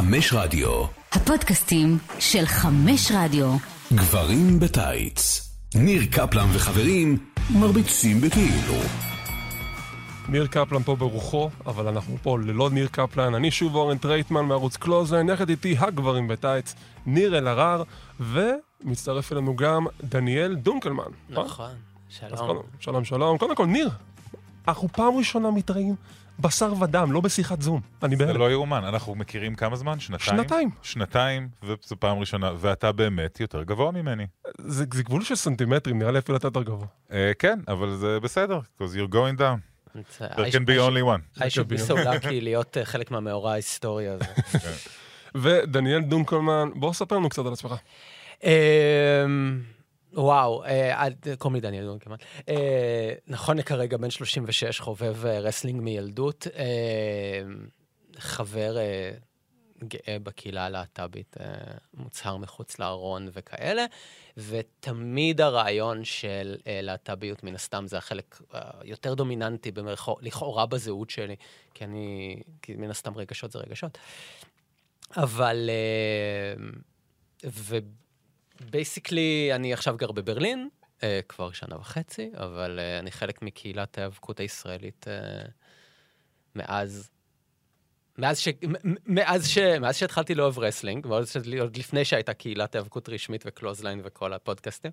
חמש רדיו. הפודקאסטים של חמש רדיו. גברים בטייץ. ניר קפלן וחברים מרביצים בכאילו. ניר קפלן פה ברוחו, אבל אנחנו פה ללא ניר קפלן. אני שוב אורן טרייטמן מערוץ קלוזליין, יחד איתי הגברים בטייץ, ניר אלהרר, ומצטרף אלינו גם דניאל דונקלמן. נכון, שלום. שלום, שלום. קודם כל, ניר, אנחנו פעם ראשונה מתראים בשר ודם, לא בשיחת זום. זה לא יאומן, אנחנו מכירים כמה זמן? שנתיים, וזו פעם ראשונה, ואתה באמת יותר גבוה ממני. זה גבול של סנטימטרים, נראה לי אפילו אתה יותר גבוה. כן, אבל זה בסדר, because you're going down. There can be only one. I should be so lucky להיות חלק מהמאורע ההיסטוריה הזה. ודניאל דונקלמן, בוא ספר לנו קצת על עצמך. וואו, קוראים לי דניאל דונקלמן. נכון, כרגע בן 36, חובב רסלינג מילדות, חבר גאה בקהילה הלהט"בית, מוצהר מחוץ לארון וכאלה, ותמיד הרעיון של להט"ביות מן הסתם זה החלק יותר דומיננטי לכאורה בזהות שלי, כי מן הסתם רגשות זה רגשות. אבל ובייסיקלי אני עכשיו גר בברלין, כבר שנה וחצי, אבל אני חלק מקהילת ההיאבקות הישראלית מאז שהתחלתי לאהוב רסלינג, עוד לפני שהייתה קהילת ההיאבקות רשמית וקלוזליין וכל הפודקאסטים.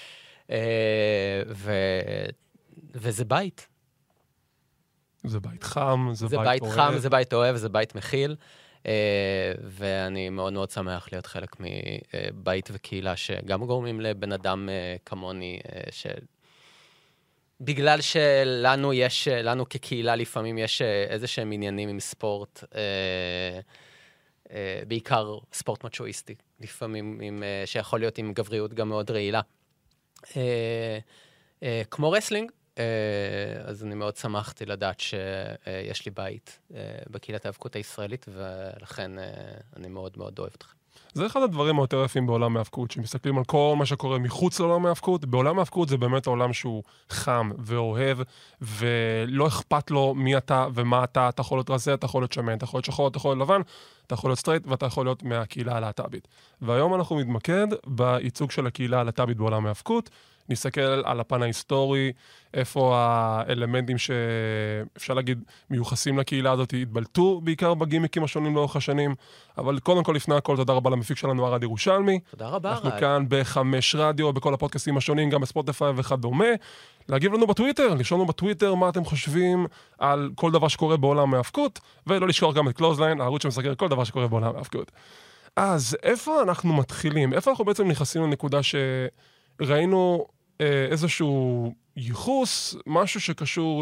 וזה בית. זה בית חם, זה בית חם, זה בית אוהב, זה בית מכיל. ואני מאוד מאוד שמח להיות חלק מבית וקהילה שגם גורמים לבן אדם כמוני, בגלל שלנו לנו כקהילה לפעמים יש איזה שהם עניינים עם ספורט, בעיקר ספורט מצ'ואיסטי, לפעמים שיכול להיות עם גבריות גם מאוד רעילה. כמו רסלינג, אז אני מאוד שמחתי לדעת שיש לי בית בקהילת ההיאבקות הישראלית, ולכן אני מאוד מאוד אוהב אתכם. זה אחד הדברים היותר יפים בעולם ההיאבקות, שמסתכלים על כל מה שקורה מחוץ לעולם ההיאבקות. בעולם ההיאבקות זה באמת העולם שהוא חם ואוהב, ולא אכפת לו מי אתה ומה אתה. אתה יכול להיות רזה, אתה יכול להיות שמן, אתה יכול להיות שחור, אתה יכול להיות לבן, אתה יכול להיות סטרייט, ואתה יכול להיות מהקהילה הלהט"בית. והיום אנחנו מתמקד בייצוג של הקהילה הלהט"בית בעולם ההיאבקות. נסתכל על הפן ההיסטורי, איפה האלמנטים שאפשר להגיד מיוחסים לקהילה הזאת התבלטו, בעיקר בגימיקים השונים לאורך השנים. אבל קודם כל, לפני הכל, תודה רבה למפיק שלנו, ארד ירושלמי. תודה רבה, אנחנו כאן בחמש רדיו, בכל הפודקאסטים השונים, גם בספוטיפיי וכדומה. להגיב לנו בטוויטר, לשאול לנו בטוויטר מה אתם חושבים על כל דבר שקורה בעולם ההיאבקות, ולא לשכוח גם את קלוזליין, הערוץ שמסקר כל דבר שקורה בעולם ההיאבקות. אז איפה אנחנו מתחילים? איפה אנחנו בעצם נכנסים לנקודה שראינו איזשהו ייחוס, משהו שקשור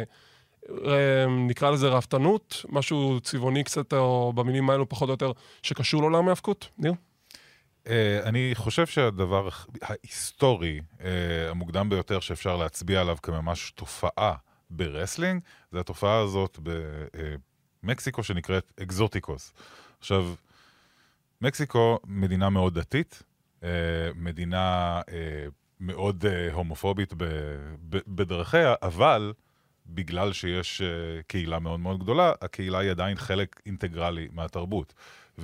נקרא לזה רפתנות, משהו צבעוני קצת, או במילים האלו פחות או יותר, שקשור לעולם ההיאבקות? ניר? אני חושב שהדבר ההיסטורי המוקדם ביותר שאפשר להצביע עליו כממש תופעה ברסלינג, זה התופעה הזאת במקסיקו שנקראת אקזוטיקוס. עכשיו, מקסיקו מדינה מאוד דתית, מדינה מאוד הומופובית בדרכיה, אבל בגלל שיש קהילה מאוד מאוד גדולה, הקהילה היא עדיין חלק אינטגרלי מהתרבות.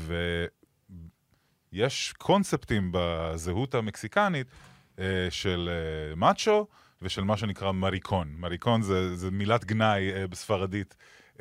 ויש קונספטים בזהות המקסיקנית של מאצ'ו ושל מה שנקרא מריקון. מריקון זה מילת גנאי בספרדית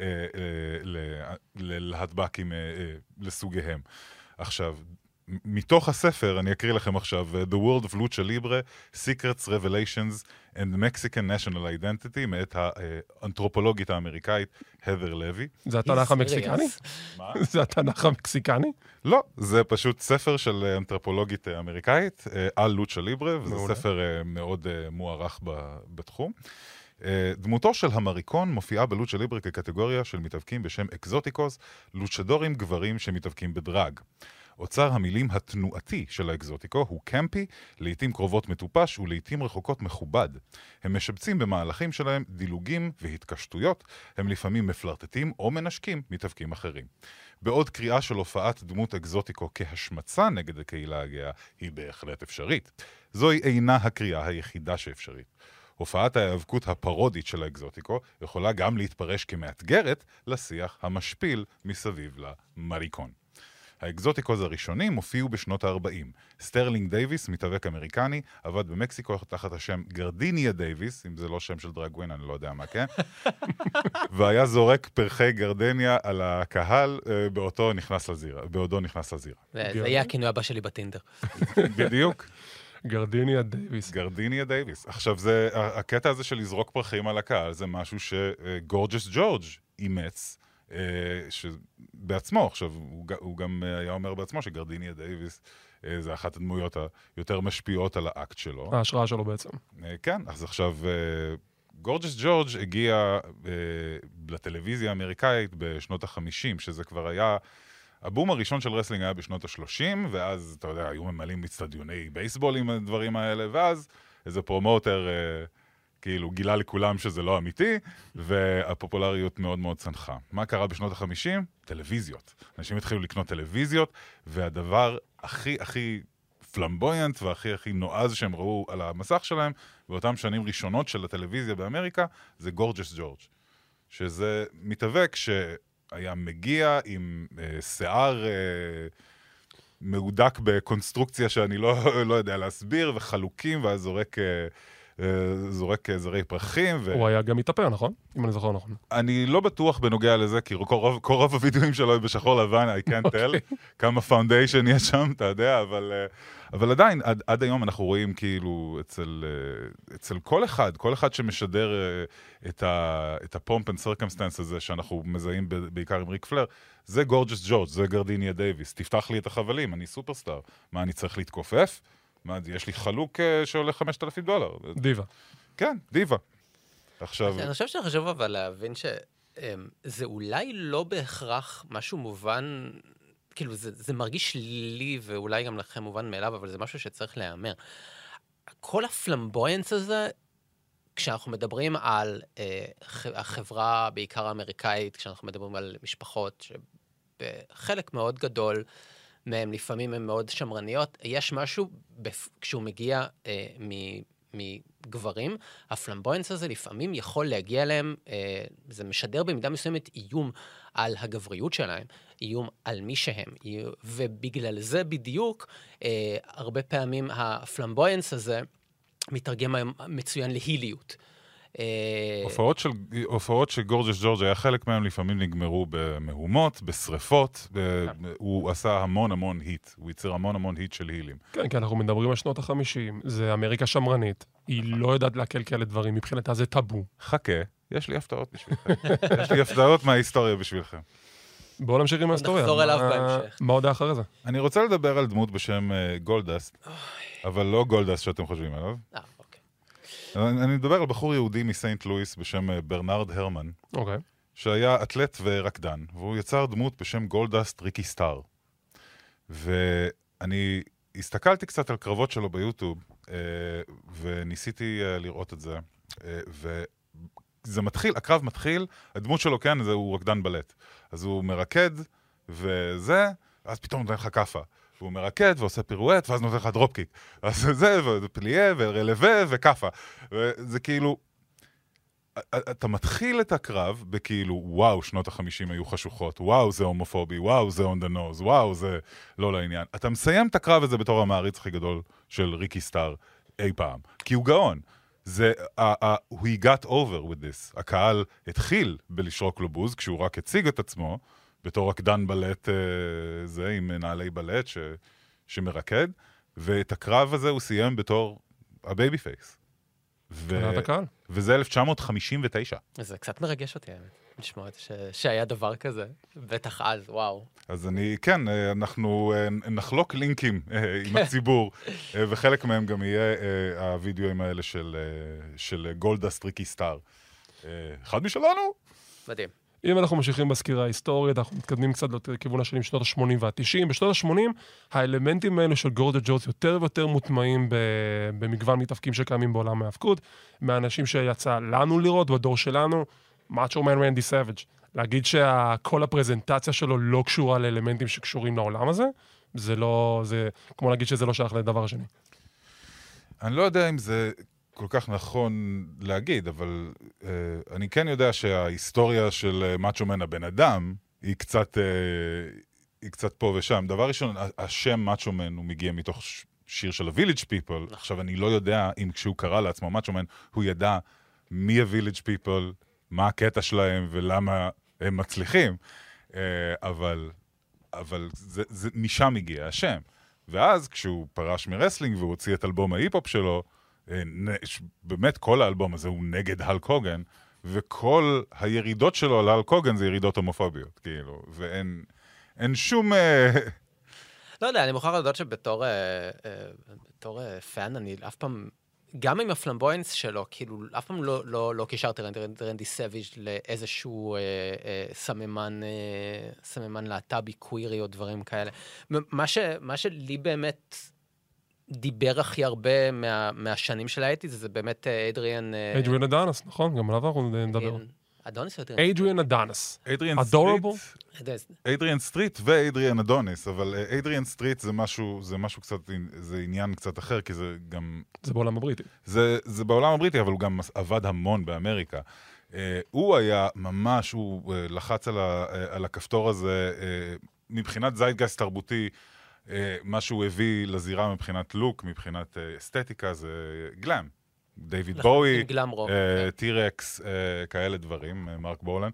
להטבקים לסוגיהם. עכשיו, מתוך הספר, אני אקריא לכם עכשיו, The World of Lucha Libre, Secrets, Revelations and Mexican National Identity, מאת האנתרופולוגית האמריקאית, הדר לוי. זה התנ"ך המקסיקני? מה? זה התנ"ך המקסיקני? לא, זה פשוט ספר של אנתרופולוגית אמריקאית, על לוצ'ה ליברה, וזה ספר מאוד מוערך בתחום. דמותו של המריקון מופיעה בלוצ'ה ליברה כקטגוריה של מתאבקים בשם אקזוטיקוס, לוצ'דורים גברים שמתאבקים בדרג. אוצר המילים התנועתי של האקזוטיקו הוא קמפי, לעתים קרובות מטופש ולעתים רחוקות מכובד. הם משבצים במהלכים שלהם דילוגים והתקשטויות, הם לפעמים מפלרטטים או מנשקים מתאבקים אחרים. בעוד קריאה של הופעת דמות אקזוטיקו כהשמצה נגד הקהילה הגאה היא בהחלט אפשרית. זוהי אינה הקריאה היחידה שאפשרית. הופעת ההיאבקות הפרודית של האקזוטיקו יכולה גם להתפרש כמאתגרת לשיח המשפיל מסביב למריקון. האקזוטיקוז הראשונים הופיעו בשנות ה-40. סטרלינג דייביס, מתאבק אמריקני, עבד במקסיקו תחת השם גרדיניה דייביס, אם זה לא שם של דרגווין, אני לא יודע מה, כן? והיה זורק פרחי גרדניה על הקהל בעודו נכנס לזירה. זה היה הכינוי הבא שלי בטינדר. בדיוק. גרדיניה דייביס. גרדיניה דייביס. עכשיו, הקטע הזה של לזרוק פרחים על הקהל, זה משהו שגורג'ס ג'ורג' אימץ, שבעצמו, עכשיו, הוא גם היה אומר בעצמו שגרדיניה דייביס זה אחת הדמויות היותר משפיעות על האקט שלו. ההשראה שלו בעצם. כן, אז עכשיו, גורג'ס ג'ורג' הגיע לטלוויזיה האמריקאית בשנות ה-50, שזה כבר היה... הבום הראשון של רסלינג היה בשנות ה-30, ואז, אתה יודע, היו ממלאים מצטדיוני בייסבול עם הדברים האלה, ואז איזה פרומוטר כאילו גילה לכולם שזה לא אמיתי, והפופולריות מאוד מאוד צנחה. מה קרה בשנות ה-50? טלוויזיות. אנשים התחילו לקנות טלוויזיות, והדבר הכי פלמבויינט והכי נועז שהם ראו על המסך שלהם, באותם שנים ראשונות של הטלוויזיה באמריקה, זה גורג'ס ג'ורג'. שזה מתאבק היה מגיע עם שיער מהודק בקונסטרוקציה שאני לא יודע להסביר, וחלוקים, ואז זורק זרי פרחים. הוא היה גם מתאפר, נכון? אם אני זוכר נכון. אני לא בטוח בנוגע לזה, כי כל רוב הוידאוים שלו הם בשחור לבן, I can't tell, כמה פאונדיישן יש שם, אתה יודע, אבל עדיין, עד היום אנחנו רואים כאילו אצל כל אחד שמשדר את הפומפ אנד סרקמסטנס הזה, שאנחנו מזהים בעיקר עם ריק פלר, זה גורג'ס ג'ורג', זה גרדיניה דייביס, תפתח לי את החבלים, אני סופרסטאר, מה אני צריך להתכופף? מה, יש לי חלוק שעולה $5,000. דיבה. כן, דיבה. עכשיו... אני חושב שחשוב אבל להבין שזה אולי לא בהכרח משהו מובן, כאילו זה מרגיש לי ואולי גם לכם מובן מאליו, אבל זה משהו שצריך להיאמר. כל הפלמבויינס הזה, כשאנחנו מדברים על החברה בעיקר האמריקאית, כשאנחנו מדברים על משפחות שבחלק מאוד גדול, מהם לפעמים הן מאוד שמרניות, יש משהו, כשהוא מגיע מגברים, הפלמבויינס הזה לפעמים יכול להגיע אליהם, זה משדר במידה מסוימת איום על הגבריות שלהם, איום על מי שהם, ובגלל זה בדיוק, הרבה פעמים הפלמבויינס הזה מתרגם מצוין להיליות. הופעות של גורג'ס ג'ורג' היה חלק מהם לפעמים נגמרו במהומות, בשריפות, הוא עשה המון היט, הוא ייצר המון היט של הילים. כן, כי אנחנו מדברים על שנות ה-50, זה אמריקה שמרנית, היא לא יודעת להקל כאלה דברים, מבחינתה זה טאבו. חכה, יש לי הפתעות בשבילכם. יש לי הפתעות מההיסטוריה בשבילכם. בואו נמשיך עם ההיסטוריה. נחזור אליו בהמשך. מה עוד אחרי זה? אני רוצה לדבר על דמות בשם גולדסט, אבל לא גולדסט שאתם חושבים עליו. אני מדבר על בחור יהודי מסיינט לואיס בשם ברנרד הרמן, שהיה אתלט ורקדן, והוא יצר דמות בשם גולדסט ריקי סטאר. ואני הסתכלתי קצת על קרבות שלו ביוטיוב, וניסיתי לראות את זה, וזה מתחיל, הקרב מתחיל, הדמות שלו כן, הוא רקדן בלט. אז הוא מרקד, וזה, אז פתאום נותן לך כפה. והוא מרקד ועושה פירואט, ואז נותן לך דרופקיק. אז זה, ופליה, ורלווה, וכפה. וזה כאילו... אתה מתחיל את הקרב בכאילו, וואו, שנות ה-50 היו חשוכות, וואו, זה הומופובי, וואו, זה on the nose, וואו, זה לא לעניין. אתה מסיים את הקרב הזה בתור המעריץ הכי גדול של ריקי סטאר אי פעם. כי הוא גאון. זה, he got over with this. הקהל התחיל בלשרוק לו בוז, כשהוא רק הציג את עצמו, בתור רקדן בלט זה, עם נעלי בלט שמרקד, ואת הקרב הזה הוא סיים בתור הבייבי פייס. קנת הקהל. וזה 1959. זה קצת מרגש אותי, האמת. לשמוע שהיה דבר כזה. בטח אז, וואו. אז כן, אנחנו נחלוק לינקים עם הציבור, וחלק מהם גם יהיה הווידאוים האלה של גולדסט ריקי סטאר. אחד משלנו? מדהים. אם אנחנו ממשיכים בסקירה ההיסטורית, אנחנו מתקדמים קצת לכיוון השנים שנות ה-80 וה-90. בשנות ה-80, האלמנטים האלה של גורג'ס ג'ורג' יותר ויותר מוטמעים במגוון מתאבקים שקיימים בעולם ההאבקות, מהאנשים שיצא לנו לראות בדור שלנו, מאצ'ו מן רנדי סאביג'. להגיד שכל הפרזנטציה שלו לא קשורה לאלמנטים שקשורים לעולם הזה, זה לא, זה כמו להגיד שזה לא שייך לדבר השני. אני לא יודע אם זה כל כך נכון להגיד, אבל אני כן יודע שההיסטוריה של מאצ'ו מן הבן אדם היא קצת היא קצת פה ושם. דבר ראשון, השם מאצ'ו מן הוא מגיע מתוך שיר של ה-Village People. עכשיו, אני לא יודע אם כשהוא קרא לעצמו מאצ'ו מן, הוא ידע מי ה-Village People, מה הקטע שלהם ולמה הם מצליחים. אבל זה משם הגיע השם. ואז כשהוא פרש מרסלינג והוא הוציא את אלבום ההיפ-הופ שלו, באמת כל האלבום הזה הוא נגד הלק הוגן, וכל הירידות שלו על הלק הוגן זה ירידות הומופוביות, כאילו, ואין שום... לא יודע, אני מוכרח לדעת שבתור פן, אני אף פעם, גם עם הפלמבוינס שלו, כאילו, אף פעם לא קישרתי רנדי סביג' לאיזשהו סממן להט"בי, קווירי או דברים כאלה. מה שלי באמת דיבר הכי הרבה מהשנים של האייטיז, זה באמת אדריאן אדונס, נכון? גם עליו אנחנו נדבר. אדוניס או אדריאן אדונס. אדריאן סטריט ואדריאן אדוניס, אבל אדריאן סטריט זה משהו קצת, זה עניין קצת אחר, כי זה גם... זה בעולם הבריטי. זה בעולם הבריטי, אבל הוא גם עבד המון באמריקה. הוא היה ממש, הוא לחץ על הכפתור הזה, מבחינת זיידגייסט תרבותי, מה שהוא הביא לזירה מבחינת לוק, מבחינת אסתטיקה, זה גלאם. דיוויד בואי, טירקס, כאלה דברים, מרק בולן.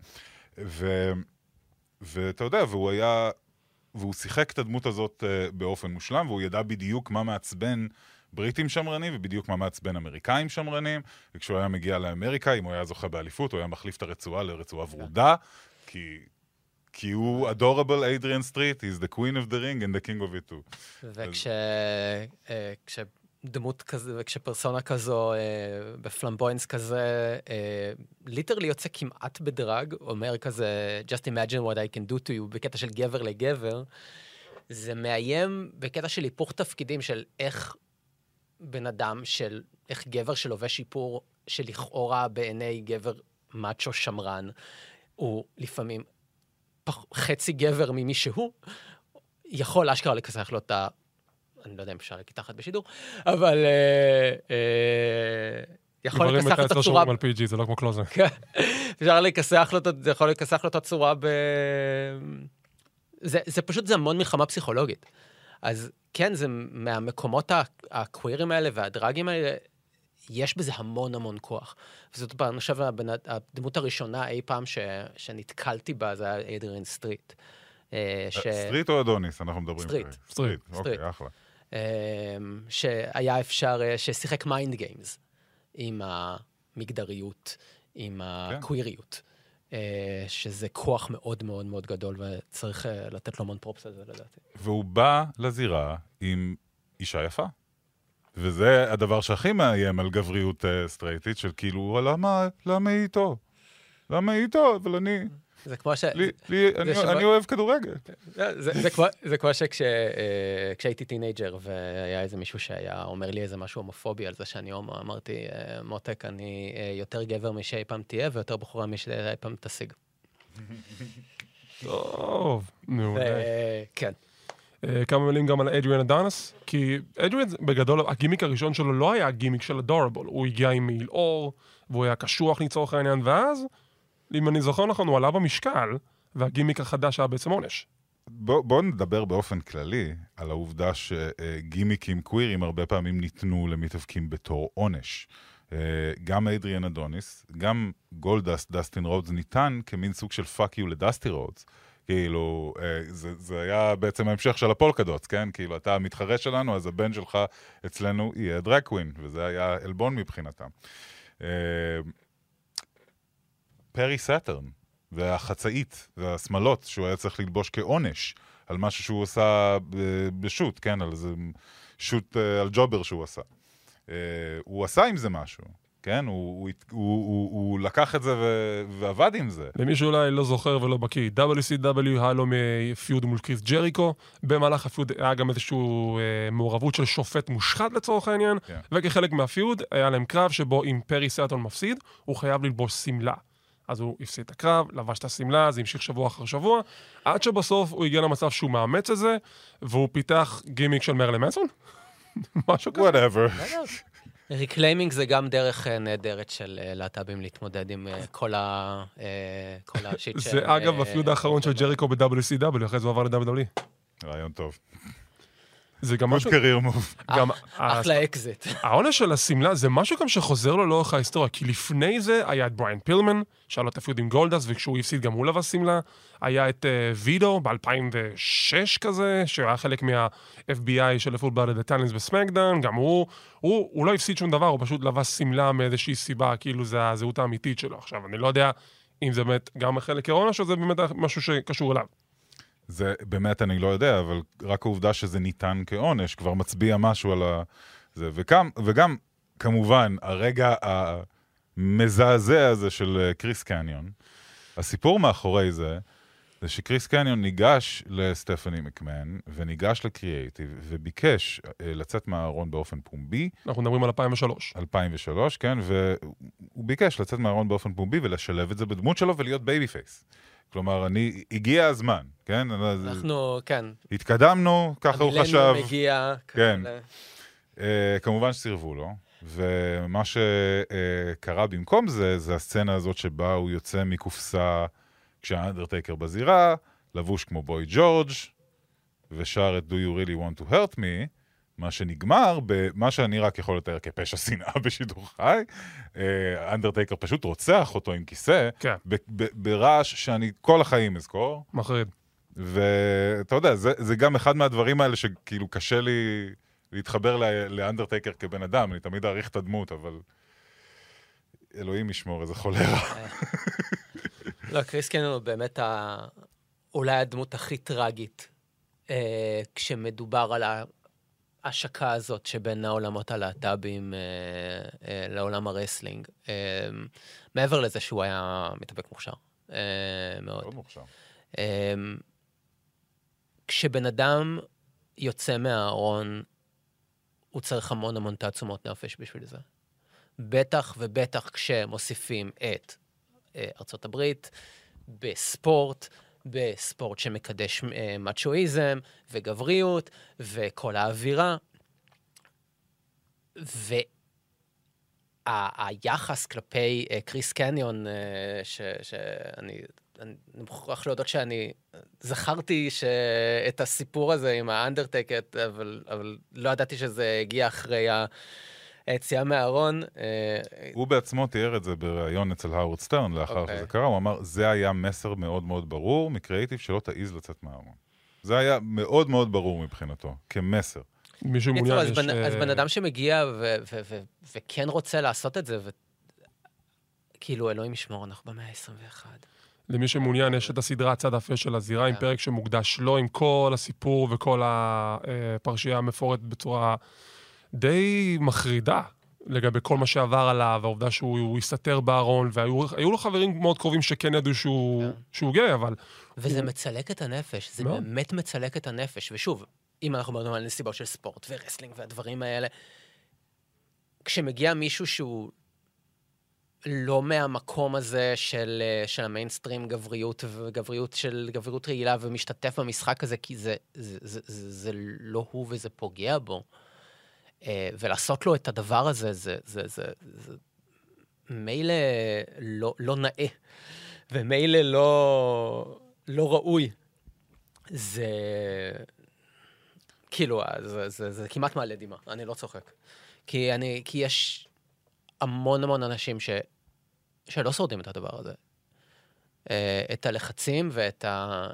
ואתה יודע, והוא שיחק את הדמות הזאת באופן מושלם, והוא ידע בדיוק מה מעצבן בריטים שמרנים, ובדיוק מה מעצבן אמריקאים שמרנים, וכשהוא היה מגיע לאמריקה, אם הוא היה זוכה באליפות, הוא היה מחליף את הרצועה לרצועה ורודה, כי הוא adorable אדריאן סטריט, he's the queen of the ring and the king of it too. דמות כזה, וכשפרסונה כזו, בפלמבוינס כזה, ליטרלי יוצא כמעט בדרג, אומר כזה, just imagine what I can do to you, בקטע של גבר לגבר, זה מאיים בקטע של היפוך תפקידים של איך בן אדם איך גבר שלובש שיפור, שלכאורה בעיני גבר מאצ'ו שמרן, הוא לפעמים חצי גבר ממי שהוא, יכול אשכרה לכסח לו את אני לא יודע אם אפשר להגיד תחת בשידור, אבל יכול לכסח לו את הצורה... על PG, זה לא כמו קלוזר. אפשר לכסח לו, זה יכול לכסח לו את הצורה זה פשוט, זה המון מלחמה פסיכולוגית. אז כן, זה מהמקומות הקווירים האלה והדרגים האלה, יש בזה המון המון כוח. וזאת אני חושב, הדמות הראשונה אי פעם שנתקלתי בה, זה היה אדריאן סטריט. סטריט או אדוניס? אנחנו מדברים. סטריט. אוקיי, אחלה. שהיה אפשר, ששיחק מיינד גיימס עם המגדריות, עם הקוויריות, שזה כוח מאוד מאוד מאוד גדול, וצריך לתת לו המון פרופס על זה, לדעתי. והוא בא לזירה עם אישה יפה. וזה הדבר שהכי מאיים על גבריות סטרייטית, של כאילו, למה היא איתו? למה היא איתו? אבל אני... זה כמו אני אוהב כדורגל. זה כמו שכשהייתי טינג'ר, והיה איזה מישהו שהיה אומר לי איזה משהו הומופובי על זה, שאני אמרתי, מותק, אני יותר גבר משאי פעם תהיה, ויותר בחורה משאי פעם תשיג. טוב, נו. כן. כמה מילים גם על אדריאן אדונס, כי אדריאן בגדול, הגימיק הראשון שלו לא היה הגימיק של הדורבל, הוא הגיע עם מעיל אור, והוא היה קשוח לצורך העניין, ואז, אם אני זוכר נכון, הוא עלה במשקל, והגימיק החדש היה בעצם עונש. בואו נדבר באופן כללי על העובדה שגימיקים קווירים הרבה פעמים ניתנו למתאבקים בתור עונש. גם אדריאן אדוניס, גם גולדסט, דסטין רודס, ניתן כמין סוג של פאק יו לדסטי רודס, כאילו, זה היה בעצם ההמשך של הפולקדוטס, כן? כאילו, אתה המתחרה שלנו, אז הבן שלך אצלנו יהיה דרג קווין, וזה היה אלבון מבחינתם. פרי סטרן, והחצאית, והשמלות, שהוא היה צריך ללבוש כעונש, על משהו שהוא עשה בשוט, כן? על איזה שוט, על ג'ובר שהוא עשה. הוא עשה עם זה משהו. כן, הוא לקח את זה ועבד עם זה. למי שאולי לא זוכר ולא בקיא, WCW היה לו מפיוד מול קריס ג'ריקו, במהלך הפיוד היה גם איזשהו מעורבות של שופט מושחת לצורך העניין, וכחלק מהפיוד היה להם קרב שבו אם פרי סטרן מפסיד, הוא חייב ללבוש סמלה. אז הוא הפסיד את הקרב, לבש את הסמלה, זה המשיך שבוע אחר שבוע, עד שבסוף הוא הגיע למצב שהוא מאמץ את זה, והוא פיתח גימיק של מרלין מנסון? משהו כזה? Whatever. ריקליימינג זה גם דרך נהדרת של להט"בים להתמודד עם כל השיט של... זה אגב הפיוד האחרון של ג'ריקו ב-WCW, אחרי זה הוא עבר ל-WWE. רעיון טוב. זה גם עוד משהו... קרייר מוב. אחלה אקזיט. העונש של הסמלה זה משהו גם שחוזר לו לאורך ההיסטוריה, כי לפני זה היה את בריין פילמן, שהיה לו את הפיוד עם גולדס, וכשהוא הפסיד גם הוא לבא סמלה, היה את וידו ב-2006 כזה, שהיה חלק מה-FBI של הפול בלאד הטלנס בסמקדאון, גם הוא לא הפסיד שום דבר, הוא פשוט לבא סמלה מאיזושהי סיבה, כאילו זה הזהות האמיתית שלו. עכשיו, אני לא יודע אם זה באמת גם חלק העונש, או זה באמת משהו שקשור אליו. זה באמת אני לא יודע, אבל רק העובדה שזה ניתן כעונש, כבר מצביע משהו על זה. וגם, כמובן, הרגע המזעזע הזה של קריס קניון, הסיפור מאחורי זה, זה שקריס קניון ניגש לסטפני מקמן, וניגש לקריאייטיב, וביקש לצאת מהארון באופן פומבי. אנחנו מדברים על 2003. 2003, כן, והוא ביקש לצאת מהארון באופן פומבי, ולשלב את זה בדמות שלו ולהיות בייבי פייס. כלומר, הגיע הזמן, כן? אנחנו, כן. התקדמנו, ככה הוא חשב. המילניום הגיע. כן. כמובן שסירבו לו, ומה שקרה במקום זה, זה הסצנה הזאת שבה הוא יוצא מקופסה כשהאנדרטייקר בזירה, לבוש כמו בוי ג'ורג' ושר את Do you really want to hurt me, מה שנגמר במה שאני רק יכול לתאר כפשע שנאה בשידור חי. אנדרטייקר פשוט רוצח אותו עם כיסא, כן. ברעש שאני כל החיים אזכור. מחריד. ואתה יודע, זה גם אחד מהדברים האלה שכאילו קשה לי להתחבר לאנדרטייקר כבן אדם, אני תמיד אעריך את הדמות, אבל אלוהים ישמור, איזה חולרה. לא, קריס קניון הוא באמת אולי הדמות הכי טרגית, כשמדובר על ההשקה הזאת שבין העולמות הלהט"בים לעולם הרסלינג. מעבר לזה שהוא היה מתאבק מוכשר. מאוד מוכשר. כשבן אדם יוצא מהארון, הוא צריך המון תעצומות נפש בשביל זה. בטח ובטח כשמוסיפים את ארצות הברית, בספורט שמקדש מצ'ואיזם וגבריות וכל האווירה. והיחס כלפי קריס קניון, שאני מוכרח להודות שאני זכרתי את הסיפור הזה עם האנדרטייקר, אבל לא ידעתי שזה הגיע אחרי היציאה מהארון. הוא בעצמו תיאר את זה בראיון אצל האוורד סטרן, לאחר שזה קרה, הוא אמר, זה היה מסר מאוד מאוד ברור מקריאייטיב שלא תעיז לצאת מהארון. זה היה מאוד מאוד ברור מבחינתו, כמסר. מישהו מעוניין יש... אז בן אדם שמגיע וכן רוצה לעשות את זה, כאילו אלוהים ישמור, אנחנו במאה ה-21. למי שמעוניין יש את הסדרה הצד האפל של הזירה, עם פרק שמוקדש לו, עם כל הסיפור וכל הפרשייה המפורט בצורה די מחרידה, לגבי כל מה שעבר עליו, העובדה שהוא יסתתר בארון, והיו לו חברים מאוד קרובים שכן ידעו שהוא גיי, אבל... וזה מצלק את הנפש, זה באמת מצלק את הנפש, ושוב, אם אנחנו מדברים על נסיבות של ספורט ורסלינג והדברים האלה, כשמגיע מישהו שהוא לא מהמקום הזה של המיינסטרים גבריות, וגבריות של גבריות רעילה, ומשתתף במשחק הזה, כי זה לא הוא וזה פוגע בו. ולעשות לו את הדבר הזה, זה מילא לא נאה, ומילא לא ראוי. זה כאילו, זה כמעט מעלה דמעה, אני לא צוחק. כי יש המון אנשים שלא שורדים את הדבר הזה. את הלחצים ואת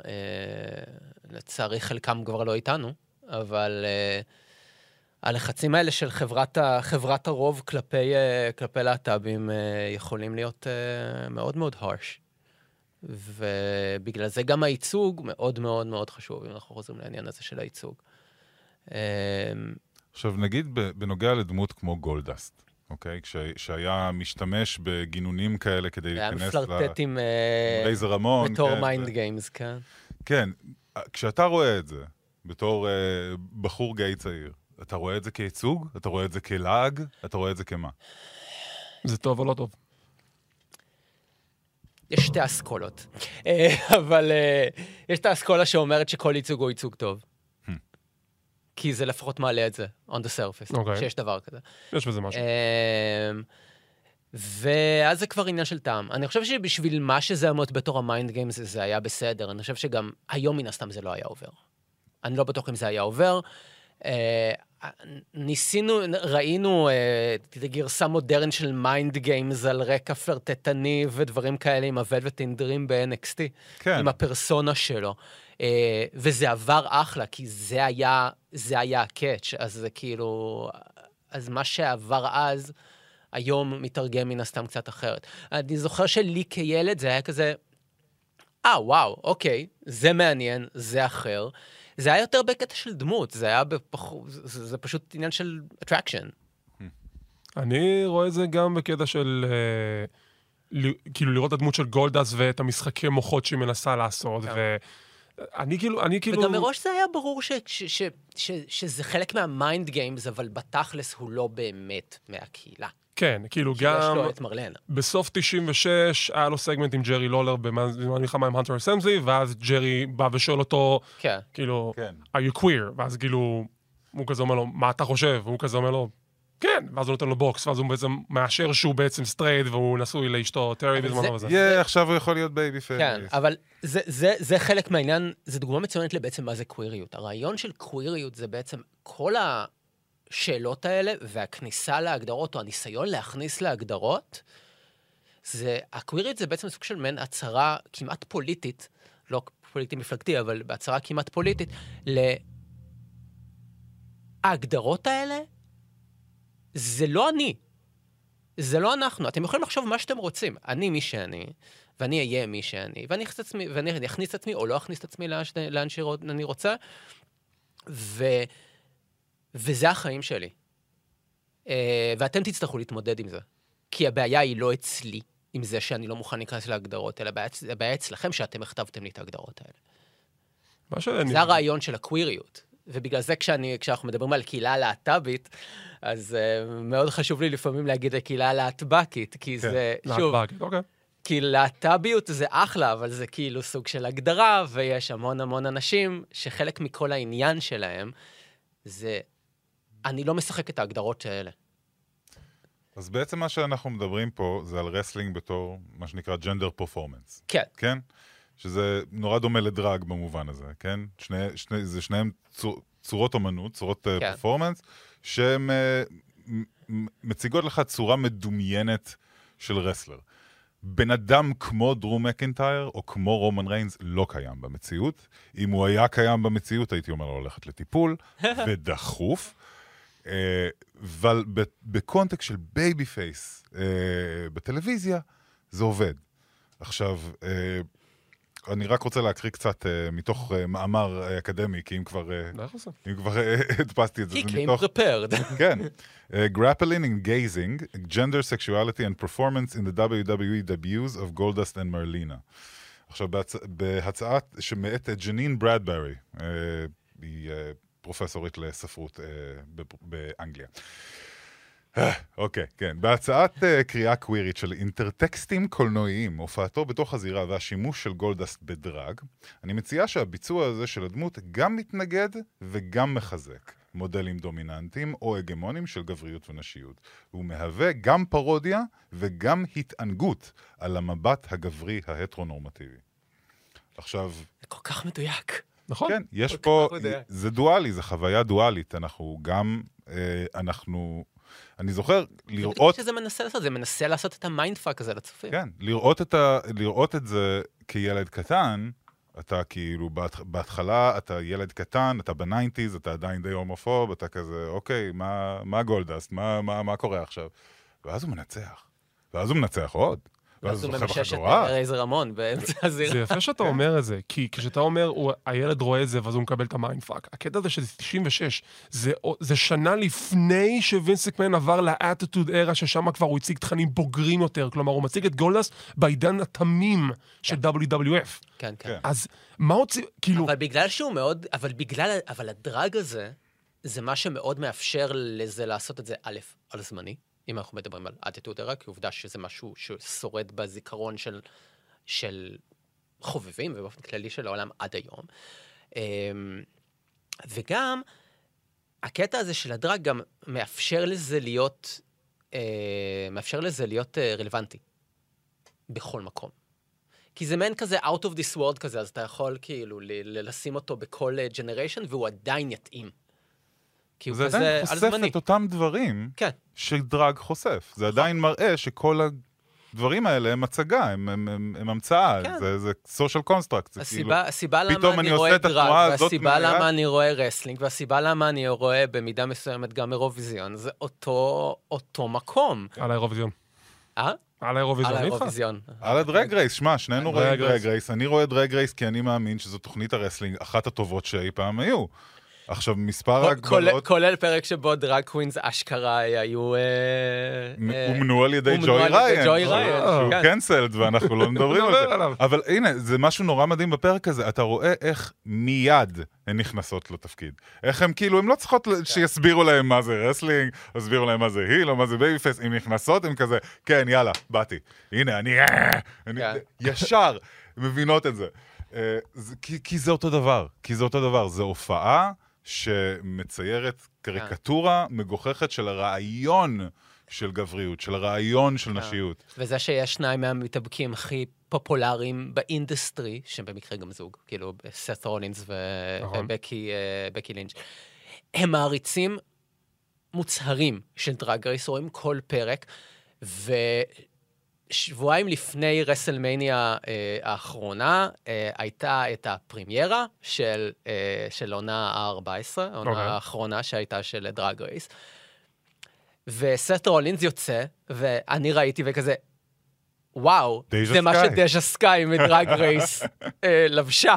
לצערי חלקם כבר לא איתנו, אבל הלחצים האלה של חברת הרוב כלפי להט"בים יכולים להיות מאוד מאוד harsh. ובגלל זה גם הייצוג מאוד מאוד מאוד חשוב, אם אנחנו חוזרים לעניין הזה של הייצוג. עכשיו נגיד בנוגע לדמות כמו גולדסט, אוקיי? שהיה משתמש בגינונים כאלה כדי להיכנס מפלרטט עם רייזר רמון. בתור מיינד גיימס, כן. כן, כשאתה רואה את זה בתור בחור גיי צעיר, אתה רואה את זה כייצוג? אתה רואה את זה כלעג? אתה רואה את זה כמה? זה טוב או לא טוב? יש שתי אסכולות. אבל יש את האסכולה שאומרת שכל ייצוג הוא ייצוג טוב. כי זה לפחות מעלה את זה, on the surface, שיש דבר כזה. יש בזה משהו. ואז זה כבר עניין של טעם. אני חושב שבשביל מה שזה אמות בתור המיינד גיימס, זה היה בסדר. אני חושב שגם היום מן הסתם זה לא היה עובר. אני לא בטוח אם זה היה עובר. ראינו את הגרסה מודרנית של מיינד גיימס על רקע פלרטטני ודברים כאלה עם הוולווט אינדרים ב-NXT, עם הפרסונה שלו. וזה עבר אחלה, כי זה היה הקאץ', אז זה כאילו, אז מה שעבר אז, היום מתרגם מן הסתם קצת אחרת. אני זוכר שלי כילד זה היה כזה, וואו, אוקיי, זה מעניין, זה אחר. זה היה יותר בקטע של דמות, זה פשוט עניין של attraction. אני רואה את זה גם בקטע של, כאילו לראות את הדמות של גולדס ואת המשחקי מוחות שהיא מנסה לעשות, ואני כאילו... וגם מראש זה היה ברור שזה חלק מהמיינד גיימס, אבל בתכלס הוא לא באמת מהקהילה. כן, כאילו גם... שיש לו את מרלנה. בסוף 96 היה לו סגמנט עם ג'רי לולר במלחמה עם הנטר אסמבלי, ואז ג'רי בא ושואל אותו, כאילו, are you queer? ואז כאילו, הוא כזה אומר לו, מה אתה חושב? והוא כזה אומר לו, כן, ואז הוא נותן לו בוקס, ואז הוא בעצם מאשר שהוא בעצם סטרייט, והוא נשוי לאשתו טרי בזמנו וזה. עכשיו הוא יכול להיות בייבי פייס. כן, אבל זה חלק מהעניין, זה דוגמה מצוינת לבעצם מה זה קוויריות. הרעיון של קוויריות זה בעצם כל השאלות האלה, והכניסה להגדרות, או הניסיון להכניס להגדרות, הקוויריות זה בעצם סוג של מעין הצהרה כמעט פוליטית, לא פוליטי מפלגתי, אבל בהצהרה כמעט פוליטית, ההגדרות האלה, זה לא אני. זה לא אנחנו. אתם יכולים לחשוב מה שאתם רוצים. אני מי שאני, ואני אהיה מי שאני, ואני אכניס את עצמי, או לא אכניס את עצמי לאן שאני רוצה, וזה החיים שלי. ואתם תצטרכו להתמודד עם זה. כי הבעיה היא לא אצלי, עם זה שאני לא מוכן להיכנס להגדרות, אלא הבעיה אצלכם שאתם הכתבתם לי את ההגדרות האלה. זה הרעיון של הקוויריות. ובגלל זה כשאנחנו מדברים על קהילה להט"בית, אז מאוד חשוב לי לפעמים להגיד הקהילה להטבקית, כי זה, שוב, כי להט"ביות זה אחלה, אבל זה כאילו סוג של הגדרה, ויש המון המון אנשים שחלק מכל העניין שלהם, זה, אני לא משחק את ההגדרות האלה. אז בעצם מה שאנחנו מדברים פה, זה על רסלינג בתור מה שנקרא ג'נדר פרפורמנס. כן. כן? שזה נורא דומה לדרג במובן הזה, כן? זה שניהם צורות אומנות, צורות פרפורמנס, שהן מציגות לך צורה מדומיינת של רסלר. בן אדם כמו דרו מקינטייר, או כמו רומן ריינס, לא קיים במציאות. אם הוא היה קיים במציאות, הייתי אומר לו הולכת לטיפול, ודחוף. אבל בקונטקסט של בייבי פייס בטלוויזיה, זה עובד. עכשיו, אני רק רוצה להקריא קצת מתוך מאמר אקדמי, כי אם כבר הדפסתי את זה. He came prepared. כן. Grappling and Gazing, Gender, Sexuality and Performance in the WWE Debuts of Goldust and Marlena. עכשיו, בהצעת שמעת ג'נין ברדברי, היא פרופסורית לספרות באנגליה. אוקיי, כן. בהצעת קריאה קווירית של אינטרטקסטים קולנועיים, הופעתו בתוך הזירה והשימוש של גולדסט בדרג, אני מציעה שהביצוע הזה של הדמות גם מתנגד וגם מחזק מודלים דומיננטיים או הגמונים של גבריות ונשיות. הוא מהווה גם פרודיה וגם התענגות על המבט הגברי ההטרונורמטיבי. עכשיו... זה כל כך מדויק. נכון? כן, יש פה... זה דואלי, זה חוויה דואלית. אני זוכר לראות... שזה מנסה לעשות, זה מנסה לעשות את המיינדפאק הזה לצופים. כן, לראות את זה כילד קטן, אתה כאילו, בהתחלה אתה ילד קטן, אתה בניינטיז, אתה עדיין די הומופוב, אתה כזה, אוקיי, מה גולדסט? מה קורה עכשיו? ואז הוא מנצח עוד. ואז הוא ממשש את רייזר רמון באמצע הזירה. זה יפה שאתה אומר את זה, כי כשאתה אומר, הילד רואה את זה, ואז הוא מקבל את המיינדפאק. הקטע הזה שזה 96, זה שנה לפני שווינס מקמן עבר לאטיטוד ארה, ששם כבר הוא הציג תכנים בוגרים יותר, כלומר, הוא מציג את גולדסט בעידן התמים של WWF. כן, כן. אז מה הוציא, כאילו... אבל בגלל שהוא מאוד, אבל הדרג הזה, זה מה שמאוד מאפשר לזה לעשות את זה, א', על זמני. אם אנחנו מדברים על אטיטוד ארה, כי עובדה שזה משהו ששורד בזיכרון של חובבים, ובאופן כללי של העולם עד היום. וגם, הקטע הזה של הדרג גם מאפשר לזה להיות רלוונטי בכל מקום. כי זה מעין כזה out of this world כזה, אז אתה יכול כאילו לשים אותו בכל generation, והוא עדיין יתאים. כי הוא זה כזה עדיין על חושף זמני. את אותם דברים כן. שדרג חושף. זה עדיין מראה שכל הדברים האלה הם הצגה, הם המצאה, כן. זה social construct. הסיבה למה פתאום אני אני רואה עושה את דרג, התנועה הזאת והסיבה מיד. למה אני רואה רסלינג, והסיבה למה אני רואה במידה מסוימת גם אירוויזיון, זה אותו מקום. על האירוויזיון. על על האירוויזיון. האירוויזיון. על הדרג רייס, שמע, שנינו רואים דרג דרג רייס. אני רואה דרג רייס כי אני מאמין שזו תוכנית הרסלינג אחת הטובות שאי פעם היו. עכשיו, מספר ההגבלות... כולל פרק שבו דרג קווינס אשכרה היו... אומנו על ידי ג'וי ריין. ג'וי ריין, שהוא כן. קנסלד, ואנחנו לא מדברים על נדבר זה. עליו. אבל הנה, זה משהו נורא מדהים בפרק הזה. אתה רואה איך מיד הן נכנסות לתפקיד. איך הם כאילו, הם לא צריכות שיסבירו להם מה זה רסלינג, יסבירו להם מה זה היל או מה זה בייבי פייס. הן נכנסות, הן כזה, כן, יאללה, באתי. הנה, אני ישר מבינות את זה. כי זה אותו דבר. כי זה אותו דבר. זה הופעה שמציירת קריקטורה מגוחכת של הרעיון של גבריות, של הרעיון של נשיות. וזה שיש שניים מהמתאבקים הכי פופולריים באינדסטרי, שהם במקרה גם זוג, כאילו סת רולינס ובקי לינץ'. הם מעריצים מוצהרים של דרג רייס, רואים כל פרק, שבועיים לפני רסלמניה האחרונה, הייתה את הפרימיירה של עונה ה-14, העונה האחרונה שהייתה של דרג רייס. וסת רולינס יוצא, ואני ראיתי וכזה, וואו, זה מה שדז'ה סקאי מדרג רייס לבשה.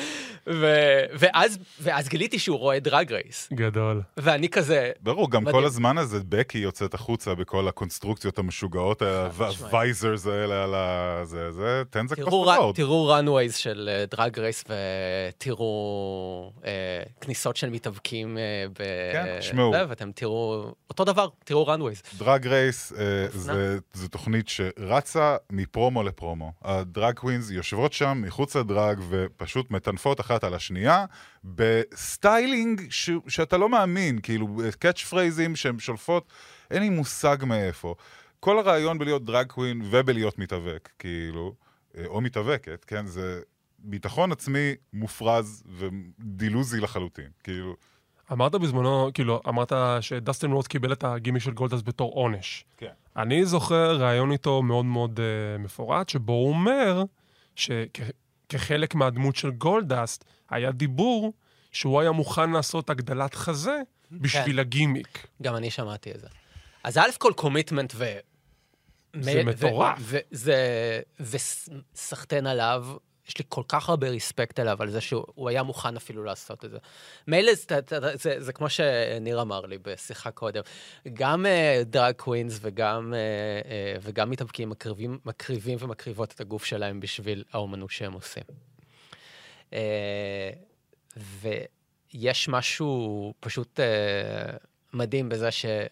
ואז גיליתי שהוא רואה דרג רייס. גדול. ואני כזה... ברור, גם כל הזמן הזה, בקי יוצאת החוצה בכל הקונסטרוקציות המשוגעות, הווייזרס האלה על זה, תן זה כפספורד. תראו runways של דרג רייס, ותראו כניסות של מתאבקים ואתם תראו אותו דבר, תראו runways. דרג רייס זה תוכנית שרצה מפרומו לפרומו. הדרג קווינס יושבות שם מחוץ לדרג ופשוט מטנפות אחת על השנייה, בסטיילינג שאתה לא מאמין, כאילו קאץ' פרייזים שהן שולפות, אין לי מושג מאיפה. כל הרעיון בלהיות דרג קווין ובלהיות מתאבק, כאילו, או מתאבקת, כן, זה ביטחון עצמי מופרז ודילוזי לחלוטין, כאילו. אמרת בזמנו, כאילו, אמרת שדסטין רודס קיבל את הגימיק של גולדסט בתור עונש. כן. אני זוכר רעיון איתו מאוד מאוד מפורט, שבו הוא אומר כחלק מהדמות של גולדסט, היה דיבור שהוא היה מוכן לעשות הגדלת חזה בשביל הגימיק. גם אני שמעתי את זה. אז א' כל קומיטמנט זה מטורף. וסחטן עליו, יש לי כל כך הרבה ריספקט אליו, על זה שהוא היה מוכן אפילו לעשות את זה. מילא, זה כמו שניר אמר לי בשיחה קודם, גם דרג קווינס וגם מתאבקים מקריבים ומקריבות את הגוף שלהם בשביל האומנות שהם עושים. ויש משהו פשוט מדהים בזה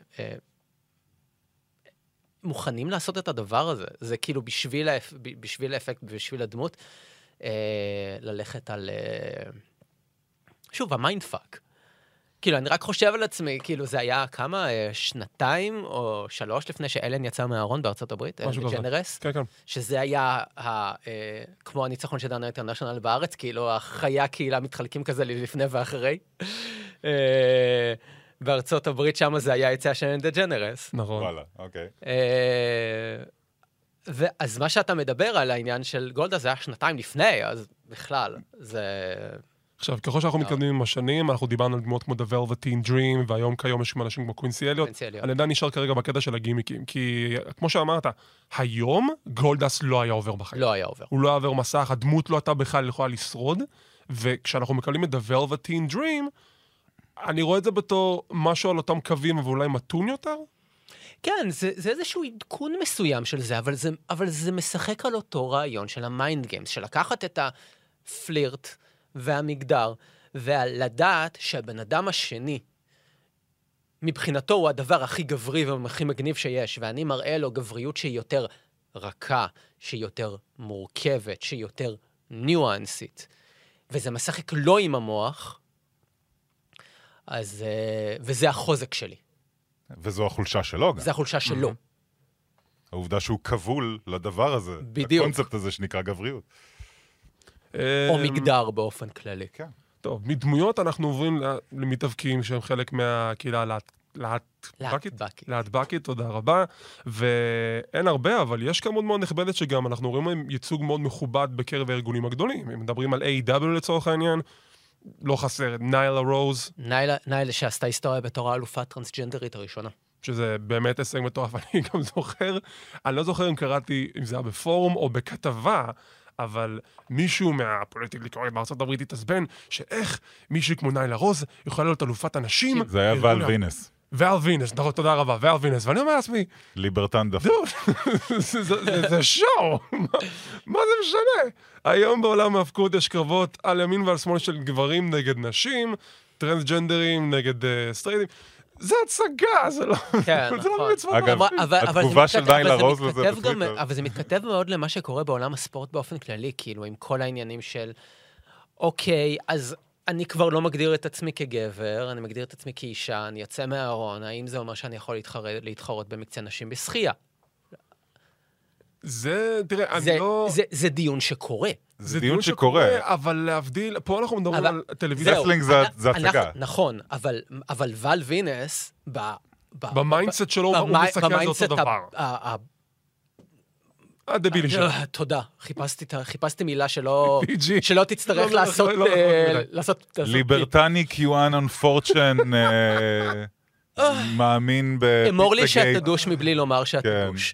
מוכנים לעשות את הדבר הזה. זה כאילו בשביל האפקט, בשביל הדמות, ללכת על... שוב, המיינדפאק. כאילו, אני רק חושב על עצמי, כאילו, זה היה כמה, 2 או 3 לפני שאלן יצא מהארון בארצות הברית, ג'נרס, כן, כן. שזה היה כמו הניצחון של דנה אינטרנשיונל בארץ, כאילו, החיי הקהילה מתחלקים כזה לפני ואחרי. בארצות הברית שם זה היה יצא של דה ג'נרס. נכון. וואלה, אוקיי. אז מה שאתה מדבר על העניין של גולדה, זה היה 2 לפני, אז בכלל, זה... עכשיו, ככל שאנחנו מתקדמים עם השנים, אנחנו דיברנו על דמות כמו The Velveteen Dream, והיום כיום יש אנשים כמו קווינסי אליוט. אני עדיין נשאר כרגע בקטע של הגימיקים, כי כמו שאמרת, היום גולדס לא היה עובר בחיים. לא היה עובר. הוא לא היה עובר מסך, הדמות לא הייתה בכלל יכולה לשרוד, וכשאנחנו מקבלים את The Velveteen Dream, אני רואה את זה בתור משהו על אותם קווים, ואולי מתון יותר? כן, זה איזשהו עדכון מסוים של זה, אבל זה משחק על אותו רעיון של המיינד גיימס, של לקחת את הפלירט והמגדר, ולדעת שהבן אדם השני, מבחינתו הוא הדבר הכי גברי והכי מגניב שיש, ואני מראה לו גבריות שהיא יותר רכה, שהיא יותר מורכבת, שהיא יותר ניואנסית, וזה משחק לא עם המוח, אז, וזה החוזק שלי. וזו החולשה שלו גם. זה החולשה שלו. העובדה שהוא כבול לדבר הזה. בדיוק. הקונספט הזה שנקרא גבריות. או מגדר באופן כללי. כן. טוב, מדמויות אנחנו עוברים למתאבקים שהם חלק מהקהילה להטבקית, תודה רבה. ואין הרבה, אבל יש כמות מאוד נכבדת שגם אנחנו רואים להם ייצוג מאוד מכובד בקרב הארגונים הגדולים. אם מדברים על AEW לצורך העניין, לא חסר, ניילה רוז. ניילה שעשתה היסטוריה בתור האלופה הטרנסג'נדרית הראשונה. שזה באמת הישג מטורף, אני גם זוכר, אני לא זוכר אם קראתי, אם זה היה בפורום או בכתבה, אבל מישהו מהפוליטיקלי קורקט בארצות הברית התעצבן, שאיך מישהי כמו ניילה רוז יכולה להיות אלופת הנשים. זה היה ואל וינס. ואל וינס, תודה רבה, ואל וינס, ואני אומר לעצמי, ליברטן דפוק. זה שואו, מה זה משנה? היום בעולם ההפקות יש קרבות על ימין ועל שמאל של גברים נגד נשים, טרנסג'נדרים נגד סטרייטים, זה הצגה, זה לא... כן, נכון. אגב, התגובה של ניילה רוז לזה בטוויטר. אבל זה מתכתב מאוד למה שקורה בעולם הספורט באופן כללי, כאילו, עם כל העניינים של, אוקיי, אז אני כבר לא מגדיר את עצמי כגבר, אני מגדיר את עצמי כאישה, אני יוצא מהארון, האם זה אומר שאני יכול להתחרות במקצה נשים בשחייה? זה, תראה, אני לא... זה דיון שקורה. זה דיון שקורה. אבל להבדיל, פה אנחנו מדברים על טלוויזיה. רסלינג זה הצגה. נכון, אבל ואל וינס, במיינדסט שלו, הוא מסתכל על זה אותו דבר. הדבילי שלו. תודה, חיפשתי מילה שלא תצטרך לעשות... ליברטני קיואן אונפורצ'ן מאמין בפיצה גייט. אמור לי שאתה דוש מבלי לומר שאתה דוש.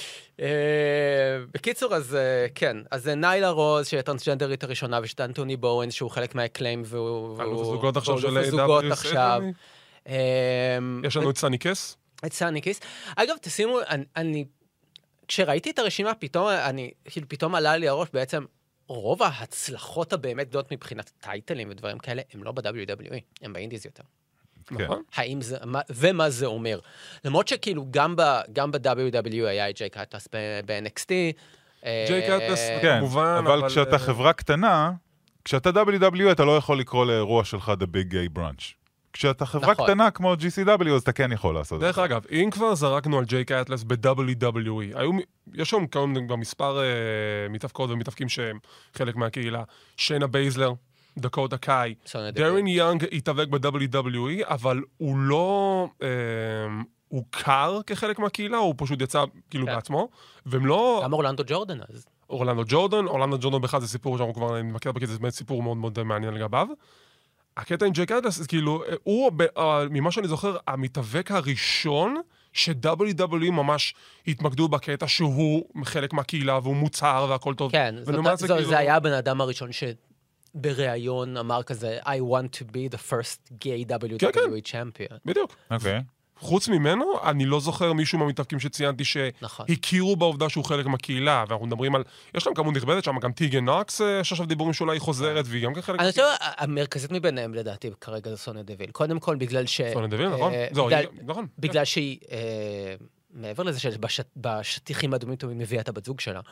בקיצור, אז כן, אז זה ניילה רוז, שהיא הטרנסג'נדרית הראשונה, ויש את אנטוני בואן, שהוא חלק מהאקליים, והוא... זוגות עכשיו של זוגות עכשיו. יש לנו את סני קיס? את סני קיס. אגב, תשימו, אני... כשראיתי את הרשימה, פתאום עלה לי הראש, בעצם רוב ההצלחות הבאמת גדולות מבחינת טייטלים ודברים כאלה, הם לא ב-WWE, הם באינדיז יותר. נכון. האם זה, ומה זה אומר? למרות שכאילו גם ב-WWE היה את ג'ייק אטלס ב-NXT. ג'ייק אטלס, כמובן. אבל כשאתה חברה קטנה, כשאתה WWE אתה לא יכול לקרוא לאירוע שלך The Big Gay Brunch. כשאתה חברה קטנה כמו GCW, אז אתה כן יכול לעשות את זה. דרך אגב, אם כבר זרקנו על ג'ייק אטלס ב-WWE, יש שם כמה מספר מתאבקות ומתאבקים שהם חלק מהקהילה. שיינה בייזלר, דקוטה קאי, דרין יאנג התאבק ב-WWE, אבל הוא לא... הוא קר כחלק מהקהילה, הוא פשוט יצא כאילו בעצמו, והם לא... גם אורלנדו ג'ורדן אז. אורלנדו ג'ורדן בכלל זה סיפור שאנחנו כבר נמקד בקטע, זה באמת סיפור מאוד מאוד מעניין לגביו. הקטע עם ג'ייק אטלס, כאילו, הוא, ממה שאני זוכר, המתאבק הראשון ש-WWE ממש התמקדו בקטע שהוא חלק מהקהילה והוא מוצהר והכל טוב. כן, זה היה הבן אדם הראשון שבראיון אמר כזה, I want to be the first gay WWE champion. בדיוק. אוקיי. חוץ ממנו, אני לא זוכר מישהו מהמתאבקים שציינתי שהכירו בעובדה שהוא חלק מהקהילה, ואנחנו מדברים על... יש להם כמות נכבדת שם, גם טיגן נוקס, שעכשיו דיבורים שאולי היא חוזרת, והיא גם כחלק... אני חושב, המרכזית מביניהם לדעתי כרגע זה סוניה דוויל. קודם כל בגלל ש... סוניה דוויל, נכון. בגלל שהיא... מעבר לזה שבשטיחים האדומים היא מביאה את הבת זוג שלה.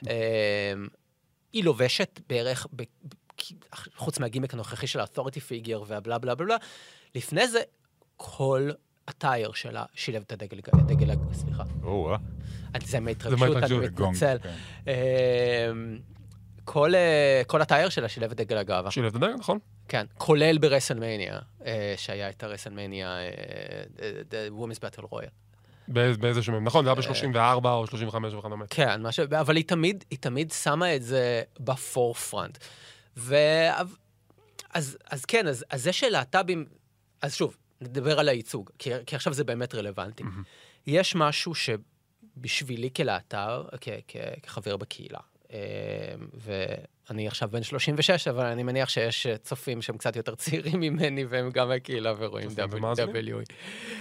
היא לובשת בערך, חוץ מהגימק הנוכחי של ה-authority figure והבלה בלה בלה, לפני זה כל הטייר שלה שילב את הדגל, סליחה. זה מהתרגשות, אני מתנצל. כל הטייר שלה שילב את דגל הגאווה. שילב את הדגל, נכון. כן, כולל ברסלמניה, שהיה את הרסלמניה, Women's Battle Royale. באיזה שמם, נכון, זה היה ב-34 או 35 וכדומה. כן, אבל היא תמיד שמה את זה בפורפרונט. אז כן, אז זה שלהט"בים, אז שוב, נדבר על הייצוג, כי עכשיו זה באמת רלוונטי. יש משהו שבשבילי כלהט"ב, כחבר בקהילה, ואני עכשיו בן 36, אבל אני מניח שיש צופים שהם קצת יותר צעירים ממני, והם גם בקהילה ורואים WWE.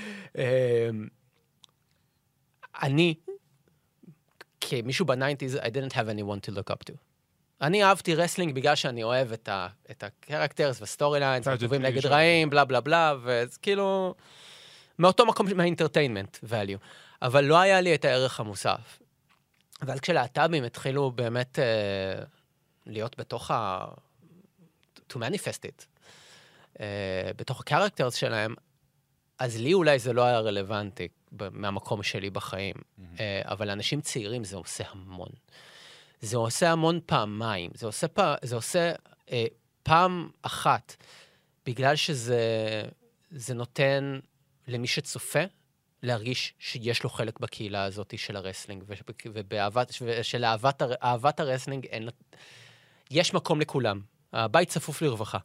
אני, כמישהו ב-90s, I didn't have anyone to look up to. אני אהבתי רסלינג בגלל שאני אוהב את הקרקטרס והסטורי ליינס, טובים נגד רעים, בלה בלה בלה, וזה כאילו, מאותו מקום מהאינטרטיינמנט value. אבל לא היה לי את הערך המוסף. אבל כשלהט"בים התחילו באמת להיות בתוך to manifest it, בתוך הקרקטרס שלהם, אז לי אולי זה לא היה רלוונטי מהמקום שלי בחיים. אבל לאנשים צעירים זה עושה המון. זה עושה המון פעמיים. זה עושה פעם אחת, בגלל שזה נותן למי שצופה, להרגיש שיש לו חלק בקהילה הזאת של הרסלינג, ושל אהבת הרסלינג יש מקום לכולם. הבית צפוף לרווחה.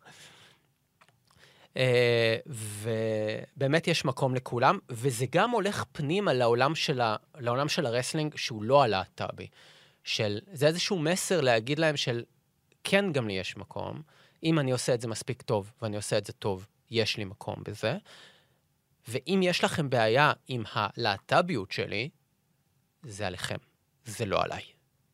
ובאמת יש מקום לכולם, וזה גם הולך פנימה לעולם של הרסלינג, שהוא לא הלהט"בי. זה איזשהו מסר להגיד להם כן, גם לי יש מקום. אם אני עושה את זה מספיק טוב, ואני עושה את זה טוב, יש לי מקום בזה. ואם יש לכם בעיה עם הלהט"ביות שלי, זה עליכם, זה לא עליי.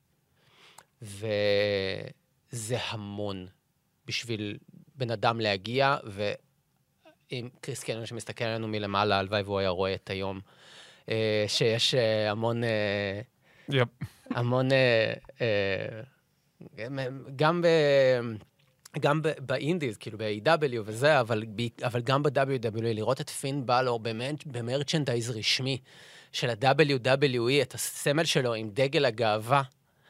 וזה המון בשביל בן אדם להגיע, ואם קריס קנון שמסתכל עלינו מלמעלה, הלוואי והוא היה רואה את היום, שיש המון... המון... גם באינדיז, כאילו ב-AW וזה, אבל גם ב-WWE, לראות את פין בלור במרצ'נדייז רשמי של ה-WWE, את הסמל שלו עם דגל הגאווה,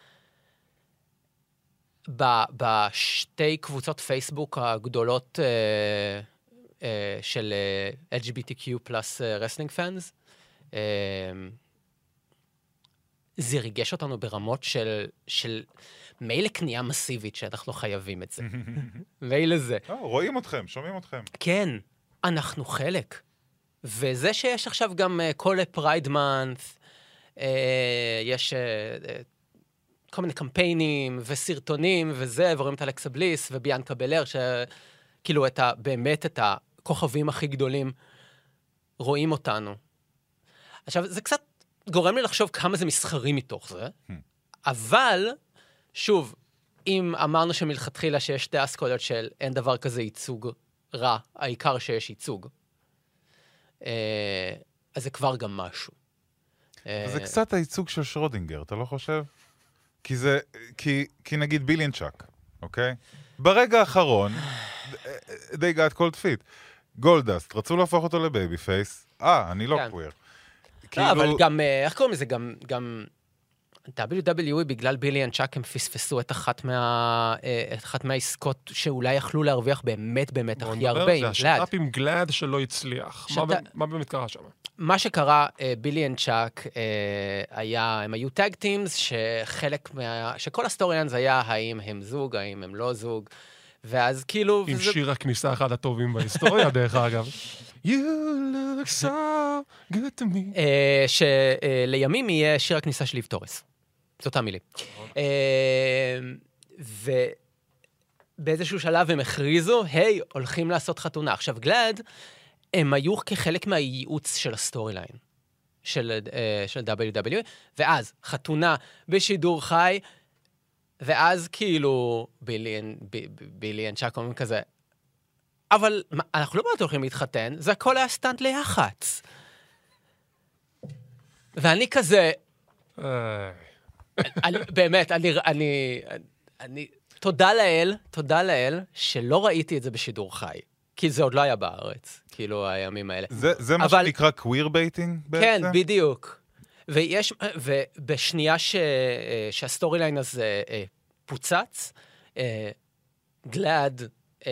בשתי קבוצות פייסבוק הגדולות של LGBTQ פלוס רסלינג פאנס, זה ריגש אותנו ברמות של מילא קנייה מסיבית שאנחנו חייבים את זה. מילא זה. רואים אתכם, שומעים אתכם. כן, אנחנו חלק. וזה שיש עכשיו גם כל פרייד מאנת', יש כל מיני קמפיינים וסרטונים וזה, ורואים את אלכסה בליס וביאנקה בלר, שכאילו באמת את הכוכבים הכי גדולים רואים אותנו. עכשיו, זה קצת גורם לי לחשוב כמה זה מסחרי מתוך זה, אבל, שוב, אם אמרנו שמלכתחילה שיש שתי אסכולות של אין דבר כזה ייצוג רע, העיקר שיש ייצוג, אז זה כבר גם משהו. זה קצת הייצוג של שרודינגר, אתה לא חושב? כי נגיד ביליאן צ'אק, אוקיי? ברגע האחרון, they got cold feet. גולדסט, רצו להפוך אותו לבייבי פייס. אני לא קוויר. אבל גם, איך קוראים לזה? גם WWE בגלל ביליאן צ'אק הם פספסו את אחת מהעסקות שאולי יכלו להרוויח באמת הכי הרבה עם גלאד. זה השטאפ עם גלאד שלא הצליח. מה באמת קרה שם? מה שקרה, ביליאן צ'אק הם היו טאג טימס שכל הסטוריאנס היה האם הם זוג, האם הם לא זוג, ואז כאילו... עם שיר הכניסה אחד הטובים בהיסטוריה, דרך אגב. You look so good to me. שלימים יהיה שיר הכניסה של ליב טורס. זאת המילים. ובאיזשהו שלב הם הכריזו, היי, הולכים לעשות חתונה. עכשיו, גלאד, הם היו כחלק מהייעוץ של הסטורי ליין, של WWE, ואז חתונה בשידור חי, ואז כאילו ביליאן צ'אק אומרים כזה, אבל אנחנו לא באמת הולכים להתחתן, זה הכל היה סטנט ליחץ. ואני כזה... באמת, תודה לאל, שלא ראיתי את זה בשידור חי. כי זה עוד לא היה בארץ, כאילו הימים האלה. זה מה שנקרא קוויר בייטינג בעצם? כן, בדיוק. ובשנייה שהסטורי ליין הזה פוצץ, גלאד...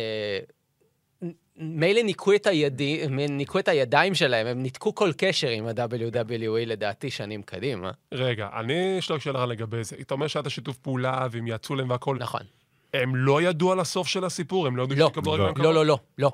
מילא ניקו את הידיים שלהם, הם ניתקו כל קשר עם ה-WWE לדעתי שנים קדימה. רגע, אני יש לך שאלה לגבי זה. אתה אומר שהיה שיתוף פעולה והם יצאו להם והכל. נכון. הם לא ידעו על הסוף של הסיפור? הם לא ידעו שיקבלו רגע מהקרוב? לא.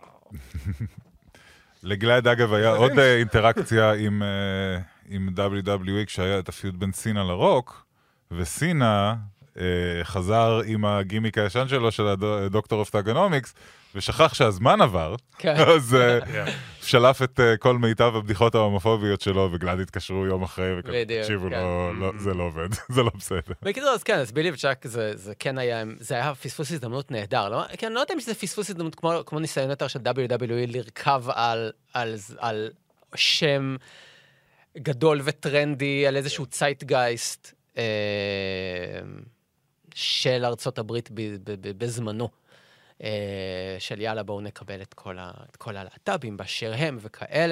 לגלאד אגב היה עוד אינטראקציה עם WWE כשהיה את הפיוד בין סינה לרוק, וסינה חזר עם הגימיק הישן שלו של הדוקטור אוף טאגנומיקס, ושכח שהזמן עבר, אז שלף את כל מיטב הבדיחות ההומופוביות שלו, וגלאד התקשרו יום אחרי, ותקשיבו, זה לא עובד, זה לא בסדר. בקיצור, אז כן, אז בילי וצ'אק זה כן היה, זה היה פספוס הזדמנות נהדר, כי אני לא יודע אם זה פספוס הזדמנות כמו ניסיון יותר של WWE לרכב על שם גדול וטרנדי, על איזשהו צייטגייסט של ארצות הברית בזמנו. של יאללה, בואו נקבל את כל הלהט"בים באשר הם וכאלה.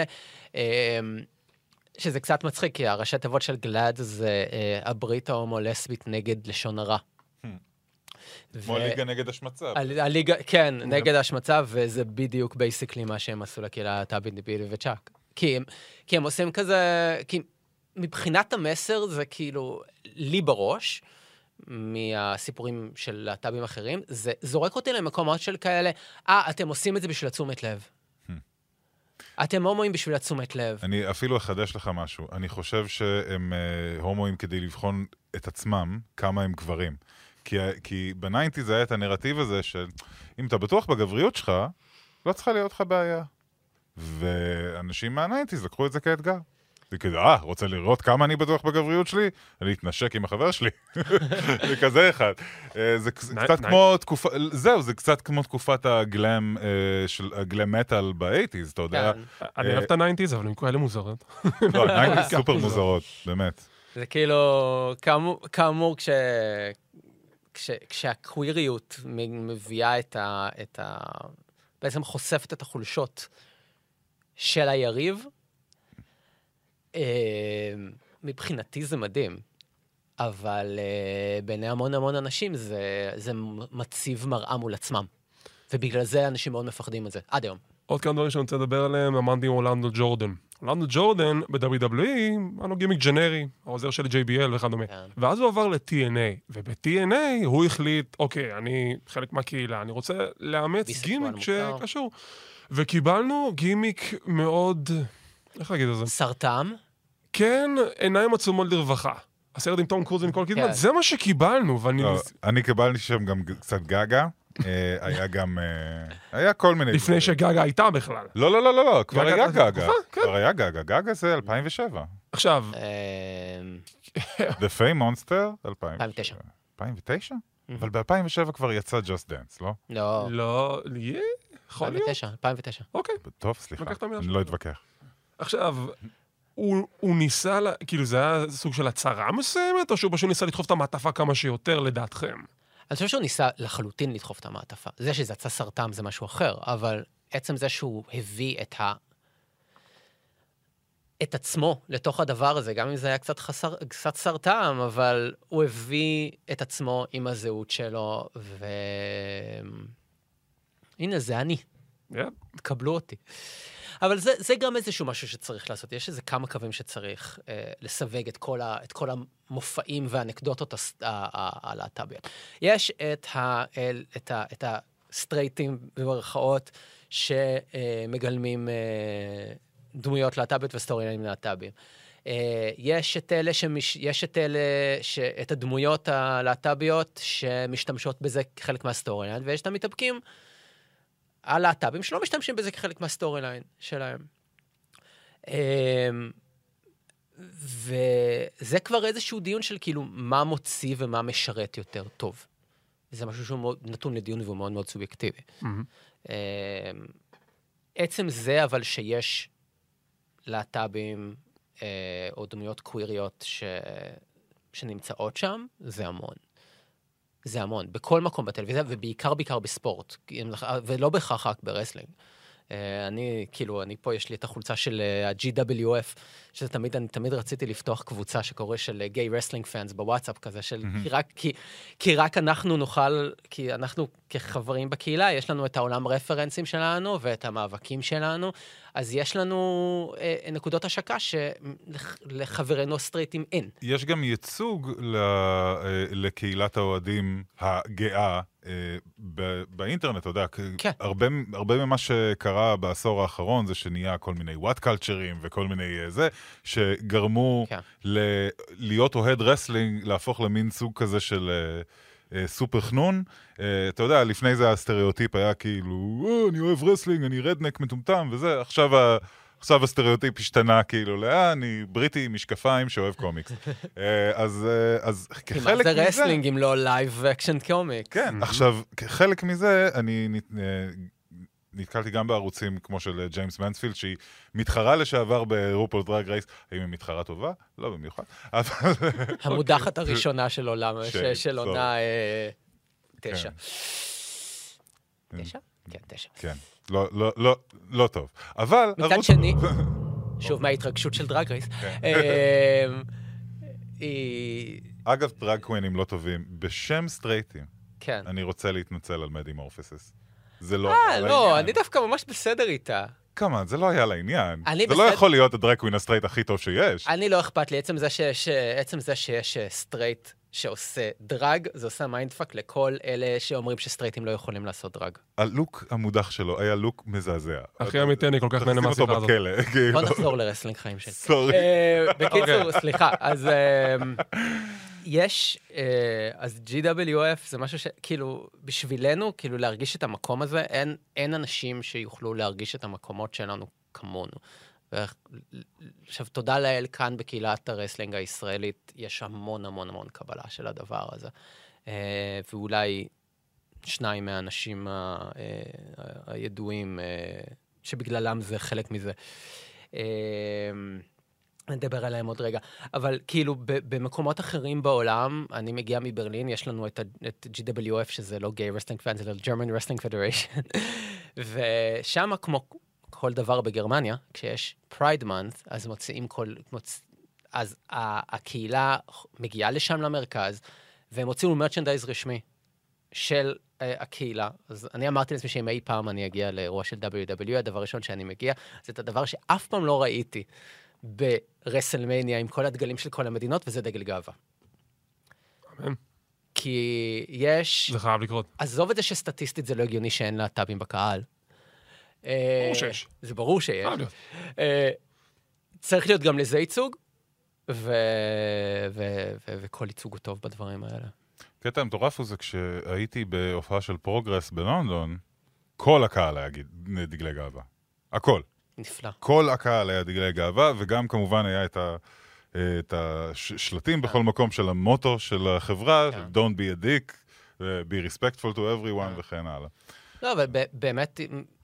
שזה קצת מצחיק, כי הראשי תיבות של גלאד זה הברית ההומו-לסבית נגד לשון הרע. כמו ליגה נגד השמצה. כן, נגד השמצה, וזה בדיוק בייסיקלי מה שהם עשו לקהילה הלהט"בית בילי וצ'אק. כי הם עושים כזה, כי מבחינת המסר זה כאילו לי בראש, מהסיפורים של להט"בים אחרים, זה זורק אותי למקומות של כאלה, אתם עושים את זה בשביל תשומת לב. אתם הומואים בשביל תשומת לב. אני אפילו אחדש לך משהו. אני חושב שהם הומואים כדי לבחון את עצמם, כמה הם גברים. כי בניינטי זה היה את הנרטיב הזה של, אם אתה בטוח בגבריות שלך, לא צריכה להיות לך בעיה. ואנשים מהניינטיז לקחו את זה כאתגר. זה כזה, רוצה לראות כמה אני בטוח בגבריות שלי? אני אתנשק עם החבר שלי. זה כזה אחד. זה קצת כמו תקופה, זהו, זה קצת כמו תקופת הגלם של הגלם מטל ב-80s, אתה יודע. אני אוהב את ה-90s, אבל הם כאלה מוזרות. לא, ה-90s סופר מוזרות, באמת. זה כאילו, כאמור, כשהקוויריות מביאה בעצם חושפת את החולשות של היריב, מבחינתי זה מדהים, אבל בעיני המון אנשים זה מציב מראה מול עצמם, ובגלל זה אנשים מאוד מפחדים את זה, עד היום. עוד כמה דברים שאני רוצה לדבר עליהם, אמרתי עם אורלנדו ג'ורדן. אורלנדו ג'ורדן ב-WWE, היה לו גימיק ג'נרי, העוזר של JBL וכדומה. ואז הוא עבר ל-TNA, וב-TNA הוא החליט, אוקיי, אני חלק מהקהילה, אני רוצה לאמץ גימיק שקשור. וקיבלנו גימיק מאוד, איך להגיד את זה? סרטם? כן, עיניים עצומות לרווחה. הסרט עם תום קרוז וניקול קידמן, זה מה שקיבלנו, ואני... אני קיבלתי שם גם קצת גגה. היה גם... היה כל מיני... לפני שגגה הייתה בכלל. לא, כבר היה גגה. כבר היה גגה. גגה זה 2007. עכשיו... The Fame Monster, 2009. 2009? אבל ב-2007 כבר יצא Just Dance, לא? לא. לא, יכול להיות. 2009. אוקיי. טוב, סליחה. אני לא אתווכח. עכשיו... הוא ניסה, כאילו זה היה סוג של הצהרה מסוימת, או שהוא פשוט ניסה לדחוף את המעטפה כמה שיותר לדעתכם? אני חושב שהוא ניסה לחלוטין לדחוף את המעטפה. זה שזה יצא סרטם זה משהו אחר, אבל עצם זה שהוא הביא את עצמו לתוך הדבר הזה, גם אם זה היה קצת סרטם, אבל הוא הביא את עצמו עם הזהות שלו, הנה, זה אני. תקבלו אותי. אבל זה גם איזשהו משהו שצריך לעשות. יש איזה כמה קווים שצריך לסווג את כל המופעים והאנקדוטות הלהט"ביות. יש את הסטרייטים במרכאות שמגלמים דמויות להט"ביות וסטוריונים להט"בים. יש את הדמויות הלהט"ביות שמשתמשות בזה כחלק מהסטוריליין, ויש את המתאבקים הלהט"בים שלא משתמשים בזה כחלק מהסטוריליין שלהם. וזה כבר איזשהו דיון של כאילו מה מוציא ומה משרת יותר טוב. זה משהו שהוא מאוד נתון לדיון והוא מאוד מאוד סובייקטיבי. עצם זה אבל שיש להט"בים או דמויות קוויריות שנמצאות שם, זה המון. זה המון, בכל מקום בטלוויזיה, ובעיקר בספורט, ולא בהכרח רק ברסלינג. אני פה יש לי את החולצה של ה-GWF, שזה אני תמיד רציתי לפתוח קבוצה שקורא של גיי רסלינג פאנס בוואטסאפ כזה, כי רק אנחנו נוכל, כי אנחנו כחברים בקהילה, יש לנו את העולם רפרנסים שלנו, ואת המאבקים שלנו, אז יש לנו נקודות השקה שלחברינו הסטרייטים אין. יש גם ייצוג לקהילת האוהדים הגאה באינטרנט, אתה יודע, הרבה ממה שקרה בעשור האחרון זה שנהיה כל מיני וואט קלצ'רים וכל מיני זה, שגרמו להיות אוהד רסלינג, להפוך למין סוג כזה של סופר חנון. אתה יודע, לפני זה הסטריאוטיפ היה כאילו, אני אוהב רסלינג, אני רדנק מטומטם וזה, עכשיו הסטריאוטיפ השתנה כאילו, אני בריטי משקפיים שאוהב קומיקס. אז כחלק מזה... מה זה רסלינג אם לא לייב אקשן קומיקס? כן, עכשיו, כחלק מזה, אני נתקלתי גם בערוצים כמו של ג'יימס מנספילד, שהיא מתחרה לשעבר ברופול דרג רייס. האם היא מתחרה טובה? לא במיוחד. המודחת הראשונה של עונה 9. 9? כן, 9. כן, לא טוב. אבל... מצד שני, שוב, מההתרגשות של דרג רייס, אגב, דרג קווינים לא טובים, בשם סטרייטים, כן. אני רוצה להתנצל על מדי מורפסיס. זה לא... לא, אני דווקא ממש בסדר איתה. כמה, זה לא היה לעניין. אני זה לא יכול להיות הדרג קווין הסטרייט הכי טוב שיש. אני לא אכפת לי, עצם זה שיש סטרייט שעושה דרג, זה עושה מיינדפאק לכל אלה שאומרים שסטרייטים לא יכולים לעשות דרג. הלוק המודח שלו היה לוק מזעזע. אחי אמיתי, אני כל כך נהנה מהשיחה הזאת. בוא נחזור לרסלינג חיים שלי. סורי. בקיצור, סליחה, אז יש, אז GWF זה משהו שכאילו, בשבילנו, כאילו להרגיש את המקום הזה, אין אנשים שיוכלו להרגיש את המקומות שלנו כמונו. עכשיו, תודה לאל, כאן בקהילת הרסלינג הישראלית, יש המון המון המון קבלה של הדבר הזה. ואולי 2 מהאנשים הידועים, שבגללם זה חלק מזה. נדבר עליהם עוד רגע. אבל כאילו, במקומות אחרים בעולם, אני מגיע מברלין, יש לנו את GWF, שזה לא Gay Wrestling Fans, אלא German Wrestling Federation. ושם, כמו כל דבר בגרמניה, כשיש Pride Month, אז מוציאים אז הקהילה מגיעה לשם למרכז, והם הוציאו מרצ'נדייז רשמי של הקהילה. אז אני אמרתי לעצמי שאם אי פעם אני אגיע לאירוע של WWE, הדבר הראשון שאני מגיע, זה את הדבר שאף פעם לא ראיתי ברסלמניה עם כל הדגלים של כל המדינות, וזה דגל גאווה. אמן. כי יש... זה חייב לקרות. עזוב את זה שסטטיסטית זה לא הגיוני שאין להט"בים בקהל. ברור שיש. זה ברור שיש. צריך להיות גם לזה ייצוג, וכל ייצוג הוא טוב בדברים האלה. קטע המטורף הוא זה כשהייתי בהופעה של פרוגרס בלונדון, כל הקהל היה דגלי גאווה. הכל. נפלא. כל הקהל היה דגלי גאווה, וגם כמובן היה את השלטים בכל מקום של המוטו של החברה, Don't be a dick, be respectful to everyone וכן הלאה. לא, אבל באמת,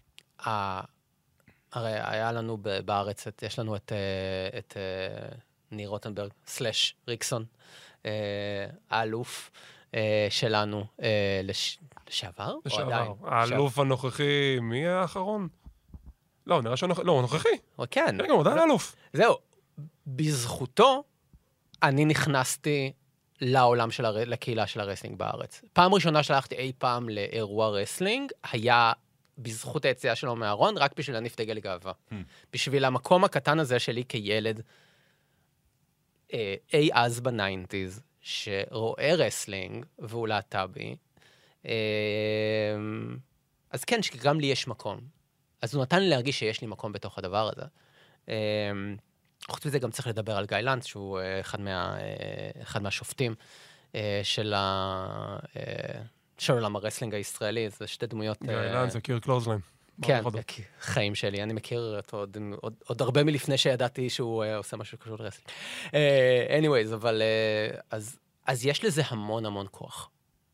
הרי היה לנו בארץ, יש לנו את ניר רוטנברג, /ריקסון, האלוף שלנו, לשעבר? לשעבר. האלוף הנוכחי, מי האחרון? לא, נראה שהוא נוכחי. כן. גם עדיין האלוף. זהו, בזכותו אני נכנסתי לעולם לקהילה של הרסלינג בארץ. פעם ראשונה שלחתי אי פעם לאירוע רסלינג, היה בזכות היציאה שלו מהארון, רק בשביל להניף דגל גאווה. בשביל המקום הקטן הזה שלי כילד, אי אז ב-90s, שרואה רסלינג, והוא להט"בי, אז כן, שגם לי יש מקום. אז הוא נתן לי להרגיש שיש לי מקום בתוך הדבר הזה. חוץ מזה גם צריך לדבר על גיא לנץ, שהוא אחד מהשופטים של עולם הרסלינג הישראלי, זה 2 דמויות... גיא לנץ, יקיר קלוזליין. כן, חיים שלי, אני מכיר אותו עוד הרבה מלפני שידעתי שהוא עושה משהו קשור לרסלינג. anyways, אבל... אז יש לזה המון המון כוח.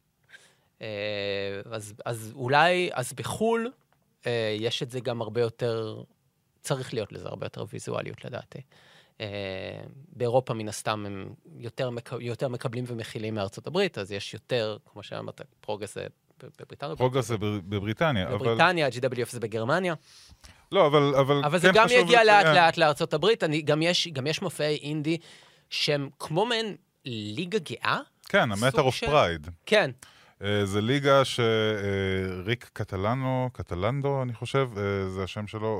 אז אולי, אז בחול, יש את זה גם הרבה יותר, צריך להיות לזה הרבה יותר ויזואליות לדעתי. באירופה מן הסתם הם יותר מקבלים ומכילים מארצות הברית, אז יש יותר, כמו שאמרת, פרוגרס זה בבריטניה. פרוגרס זה בבריטניה. בבריטניה, GWF זה בגרמניה. לא, אבל זה גם יגיע לאט לאט לארצות הברית, גם יש מופעי אינדי שהם כמו מעין ליגה גאה. כן, המטר אוף פרייד. כן. זה ליגה שריק קטלנדו, אני חושב, זה השם שלו,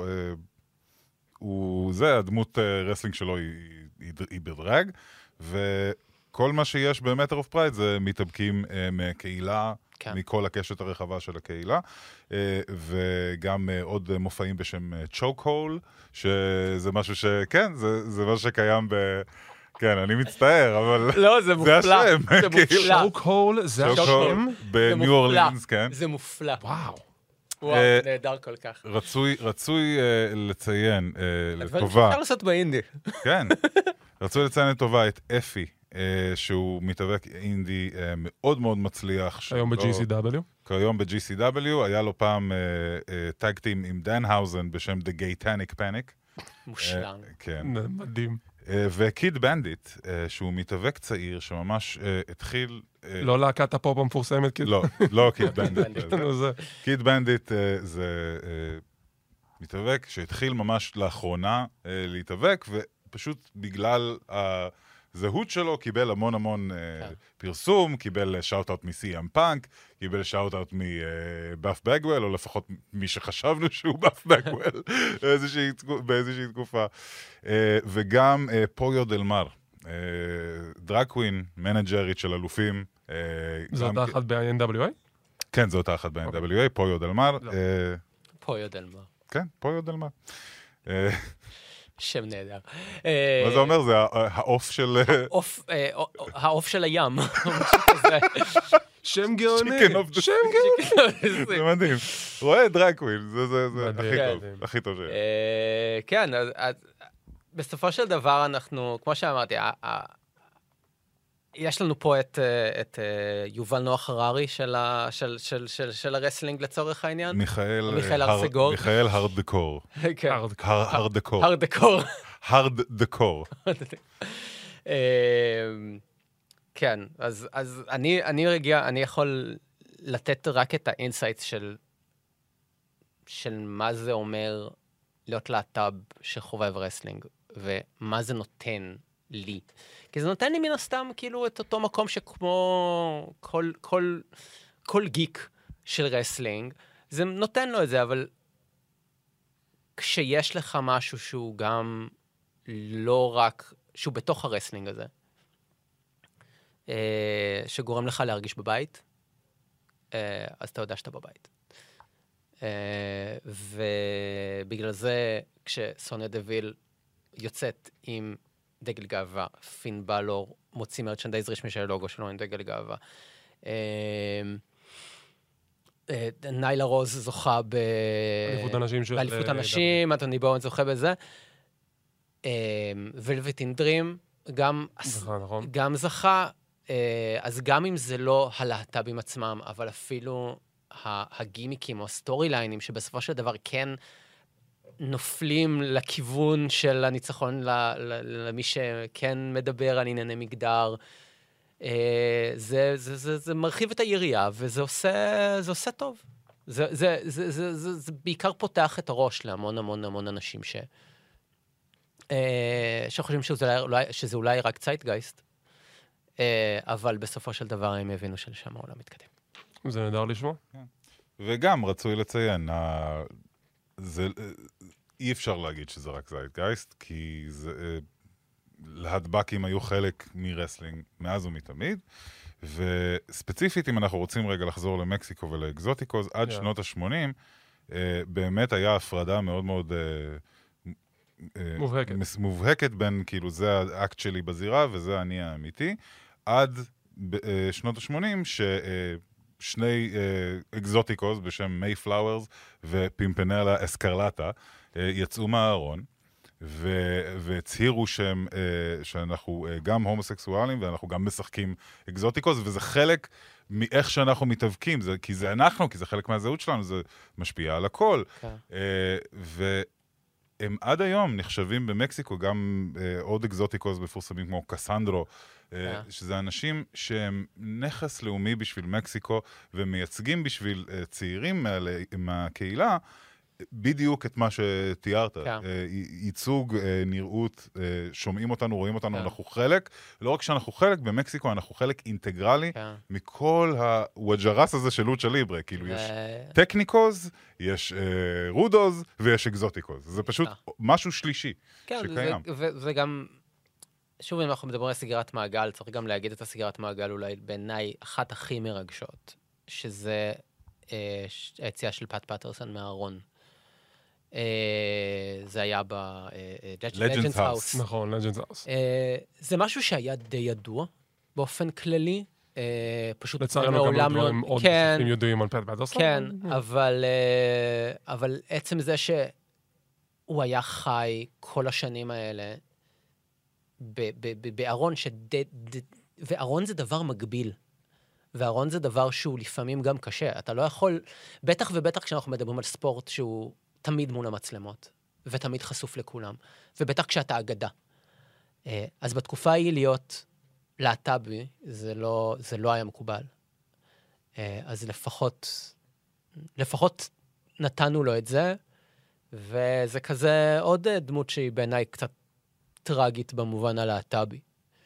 זה הדמות רסלינג שלו היא בדרג, וכל מה שיש במטר אוף פרייד זה מתאבקים מקהילה, מכל הקשת הרחבה של הקהילה, וגם עוד מופעים בשם צ'וק הול, שזה משהו שכן, זה משהו שקיים כן, אני מצטער, אבל... לא, זה מופלא. זה השם. זה מופלא. שוק הול, זה השם? בניו אורלינס, כן. זה מופלא. וואו. וואו, נהדר כל כך. רצוי לציין לטובה... הדברים שאפשר לעשות באינדי. כן. רצוי לציין לטובה את אפי, שהוא מתאבק אינדי מאוד מאוד מצליח. היום ב-GCW? כיום ב-GCW, היה לו פעם טאג טים עם דן האוזן בשם The Gaytanic Panic. מושלם. כן. מדהים. וקיד בנדיט, שהוא מתאבק צעיר, שממש התחיל... לא להקת הפופ המפורסמת, כאילו. לא קיד בנדיט. זה. קיד בנדיט זה מתאבק שהתחיל ממש לאחרונה להתאבק, ופשוט בגלל הזהות שלו קיבל המון פרסום, קיבל שאוט-אוט מ-CM פאנק, קיבל שאוט-אוט מבאף בגוול, או לפחות מי שחשבנו שהוא באף בגוול באיזושהי תקופה. וגם פויו דל מר, דרג קווין, מנג'רית של אלופים. זו אותה אחת ב-NWA? כן, זו אותה אחת ב-NWA, פויו דל מר. פויו דל מר. כן, פויו דל מר. שם נהדר. מה זה אומר? זה העוף של... העוף של הים. שם גאוני. שם גאוני. זה מדהים. רואה דרג קווין, זה הכי טוב שיש. כן, אז בסופו של דבר אנחנו, כמו שאמרתי, יש לנו פה את יובל נוח הררי של הרסלינג לצורך העניין. מיכאל ארסגור. מיכאל הרדקור. הרדקור. הרדקור. הרדקור. כן, אז אני יכול לתת רק את האינסייטס של מה זה אומר להיות להט"ב שחובב רסלינג, ומה זה נותן לי. כי זה נותן לי מן הסתם כאילו את אותו מקום שכמו כל גיק של רסלינג, זה נותן לו את זה, אבל כשיש לך משהו שהוא גם לא רק, שהוא בתוך הרסלינג הזה, שגורם לך להרגיש בבית, אז אתה יודע שאתה בבית. ובגלל זה, כשסוניה דוויל יוצאת עם דגל גאווה, פין בלור מוציא מרצ'נדייז רשמי של הלוגו שלו עם דגל גאווה. ניילה רוז זוכה באליפות הנשים, אנטוני בואן זוכה בזה. ולווט אין דרים גם זכה, אז גם אם זה לא הלהט"בים עצמם, אבל אפילו הגימיקים או הסטורי ליינים, שבסופו של דבר כן נופלים לכיוון של הניצחון למי שכן מדבר על ענייני מגדר, זה מרחיב את היריעה, וזה עושה טוב. זה בעיקר פותח את הראש להמון המון המון אנשים שחושבים שזה אולי רק צייטגייסט, אבל בסופו של דבר הם הבינו שלשם העולם מתקדם. זה נהדר לשמוע. וגם רצוי לציין, אי אפשר להגיד שזה רק צייטגייסט, כי להטב"קים היו חלק מרסלינג מאז ומתמיד, וספציפית אם אנחנו רוצים רגע לחזור למקסיקו ולאקזוטיקוז, עד שנות ה-80, באמת היה הפרדה מאוד מאוד מובהקת בין, כאילו, זה האקט שלי בזירה וזה אני האמיתי, עד שנות ה-80 ששני אקזוטיקוז בשם מיי פלאוורס ופימפנלה אסקרלטה יצאו מהארון, והצהירו שאנחנו גם הומוסקסואלים ואנחנו גם משחקים אקזוטיקוז, וזה חלק מאיך שאנחנו מתאבקים, כי זה אנחנו, כי זה חלק מהזהות שלנו, זה משפיע על הכל. והם עד היום נחשבים במקסיקו, גם עוד אקזוטיקוז מפורסמים כמו קסנדרו, שזה אנשים שהם נכס לאומי בשביל מקסיקו, ומייצגים בשביל צעירים מהקהילה, בדיוק את מה שתיארת, ייצוג, נראות, שומעים אותנו, רואים אותנו, אנחנו חלק, לא רק שאנחנו חלק, במקסיקו אנחנו חלק אינטגרלי מכל הווג'רס הזה של לוצ'ה ליברה, כאילו יש טקניקוז, יש רודוז ויש אקזוטיקוז, זה פשוט משהו שלישי שקיים. וזה גם, שוב אם אנחנו מדברים על סגירת מעגל, צריך גם להגיד את הסגירת מעגל אולי בעיניי אחת הכי מרגשות, שזה היציאה של פאט פטרסון מהארון. זה היה ב-Legends House. נכון, Legends House. זה משהו שהיה די ידוע, באופן כללי. פשוט לצערנו גם לא דברים עוד נוספים ידועים על פאט פטרסון. כן, אבל עצם זה שהוא היה חי כל השנים האלה, בארון וארון זה דבר מגביל. וארון זה דבר שהוא לפעמים גם קשה. אתה לא יכול, בטח ובטח כשאנחנו מדברים על ספורט שהוא תמיד מול המצלמות, ותמיד חשוף לכולם, ובטח כשאתה אגדה. אז בתקופה ההיא להיות להט"בי, זה לא היה מקובל. אז לפחות נתנו לו את זה, וזה כזה עוד דמות שהיא בעיניי קצת טרגית במובן הלהט"בי.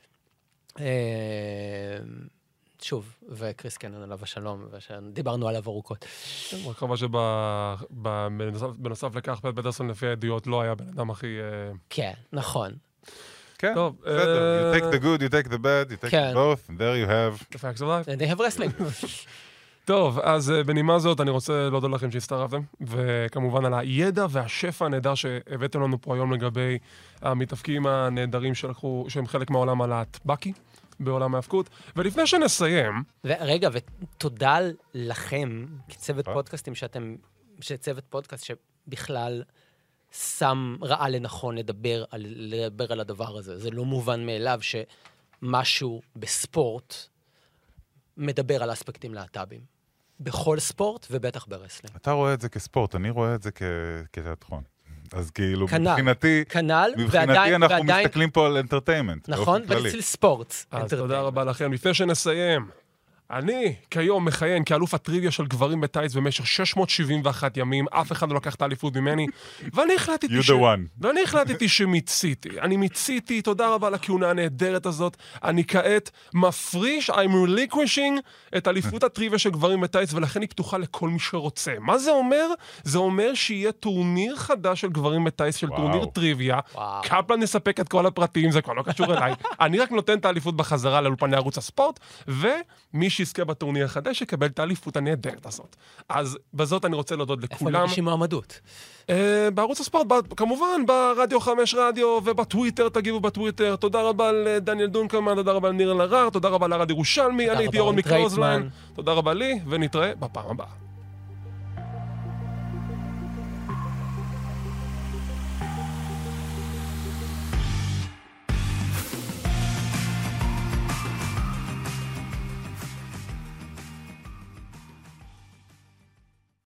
שוב, וקריס קנן עליו השלום, ושדיברנו עליו ארוכות. מקווה שבנוסף לכך, פט פטרסון לפי העדויות לא היה בן אדם הכי... כן, נכון. כן, בסדר. You take the good, you take the bad, you take both, and there you have... The facts of life. They have wrestling. טוב, אז בנימה זאת אני רוצה להודות לכם שהצטרפתם, וכמובן על הידע והשפע הנהדר שהבאתם לנו פה היום לגבי המתאפקים הנהדרים שהם חלק מהעולם הלהטבקי בעולם ההאבקות. ולפני שנסיים... רגע, ותודה לכם, כצוות פודקאסטים שצוות פודקאסט שבכלל ראה לנכון לדבר על הדבר הזה. זה לא מובן מאליו שמשהו בספורט מדבר על אספקטים להט"בים. בכל ספורט ובטח ברסלינג. אתה רואה את זה כספורט, אני רואה את זה כתיאטרון. אז כאילו, מבחינתי אנחנו מסתכלים פה על אנטרטיימנט. נכון, ואצל ספורט. אז תודה רבה לכם. לפני שנסיים, אני כיום מכהן כאלוף הטריוויה של גברים בטייץ במשך 671 ימים, אף אחד לא לקח את האליפות ממני, ואני החלטתי שמיציתי. אני מיציתי, תודה רבה לכהונה הנהדרת הזאת. אני כעת מפריש, I'm relinquishing את אליפות הטריוויה של גברים בטייץ, ולכן היא פתוחה לכל מי שרוצה. מה זה אומר? זה אומר שיהיה טורניר חדש של גברים בטייץ, של טורניר טריוויה. קפלן נספק את כל הפרטים, זה כבר לא קשור אליי. אני רק נותן את האליפות בחזרה לאולפני ערוץ הספורט, ומי שיזכה בטורניר החדש יקבל את האליפות הנהדרת הזאת. אז בזאת אני רוצה להודות לכולם. איפה מגישים מועמדות? בערוץ הספורט, כמובן, ברדיו 5 רדיו ובטוויטר, תגיבו בטוויטר. תודה רבה לדניאל דונקרמן, תודה רבה לניר אלהרר, תודה רבה לרד ירושלמי, אני הייתי אורן מקרוזליין. תודה רבה לי, ונתראה בפעם הבאה.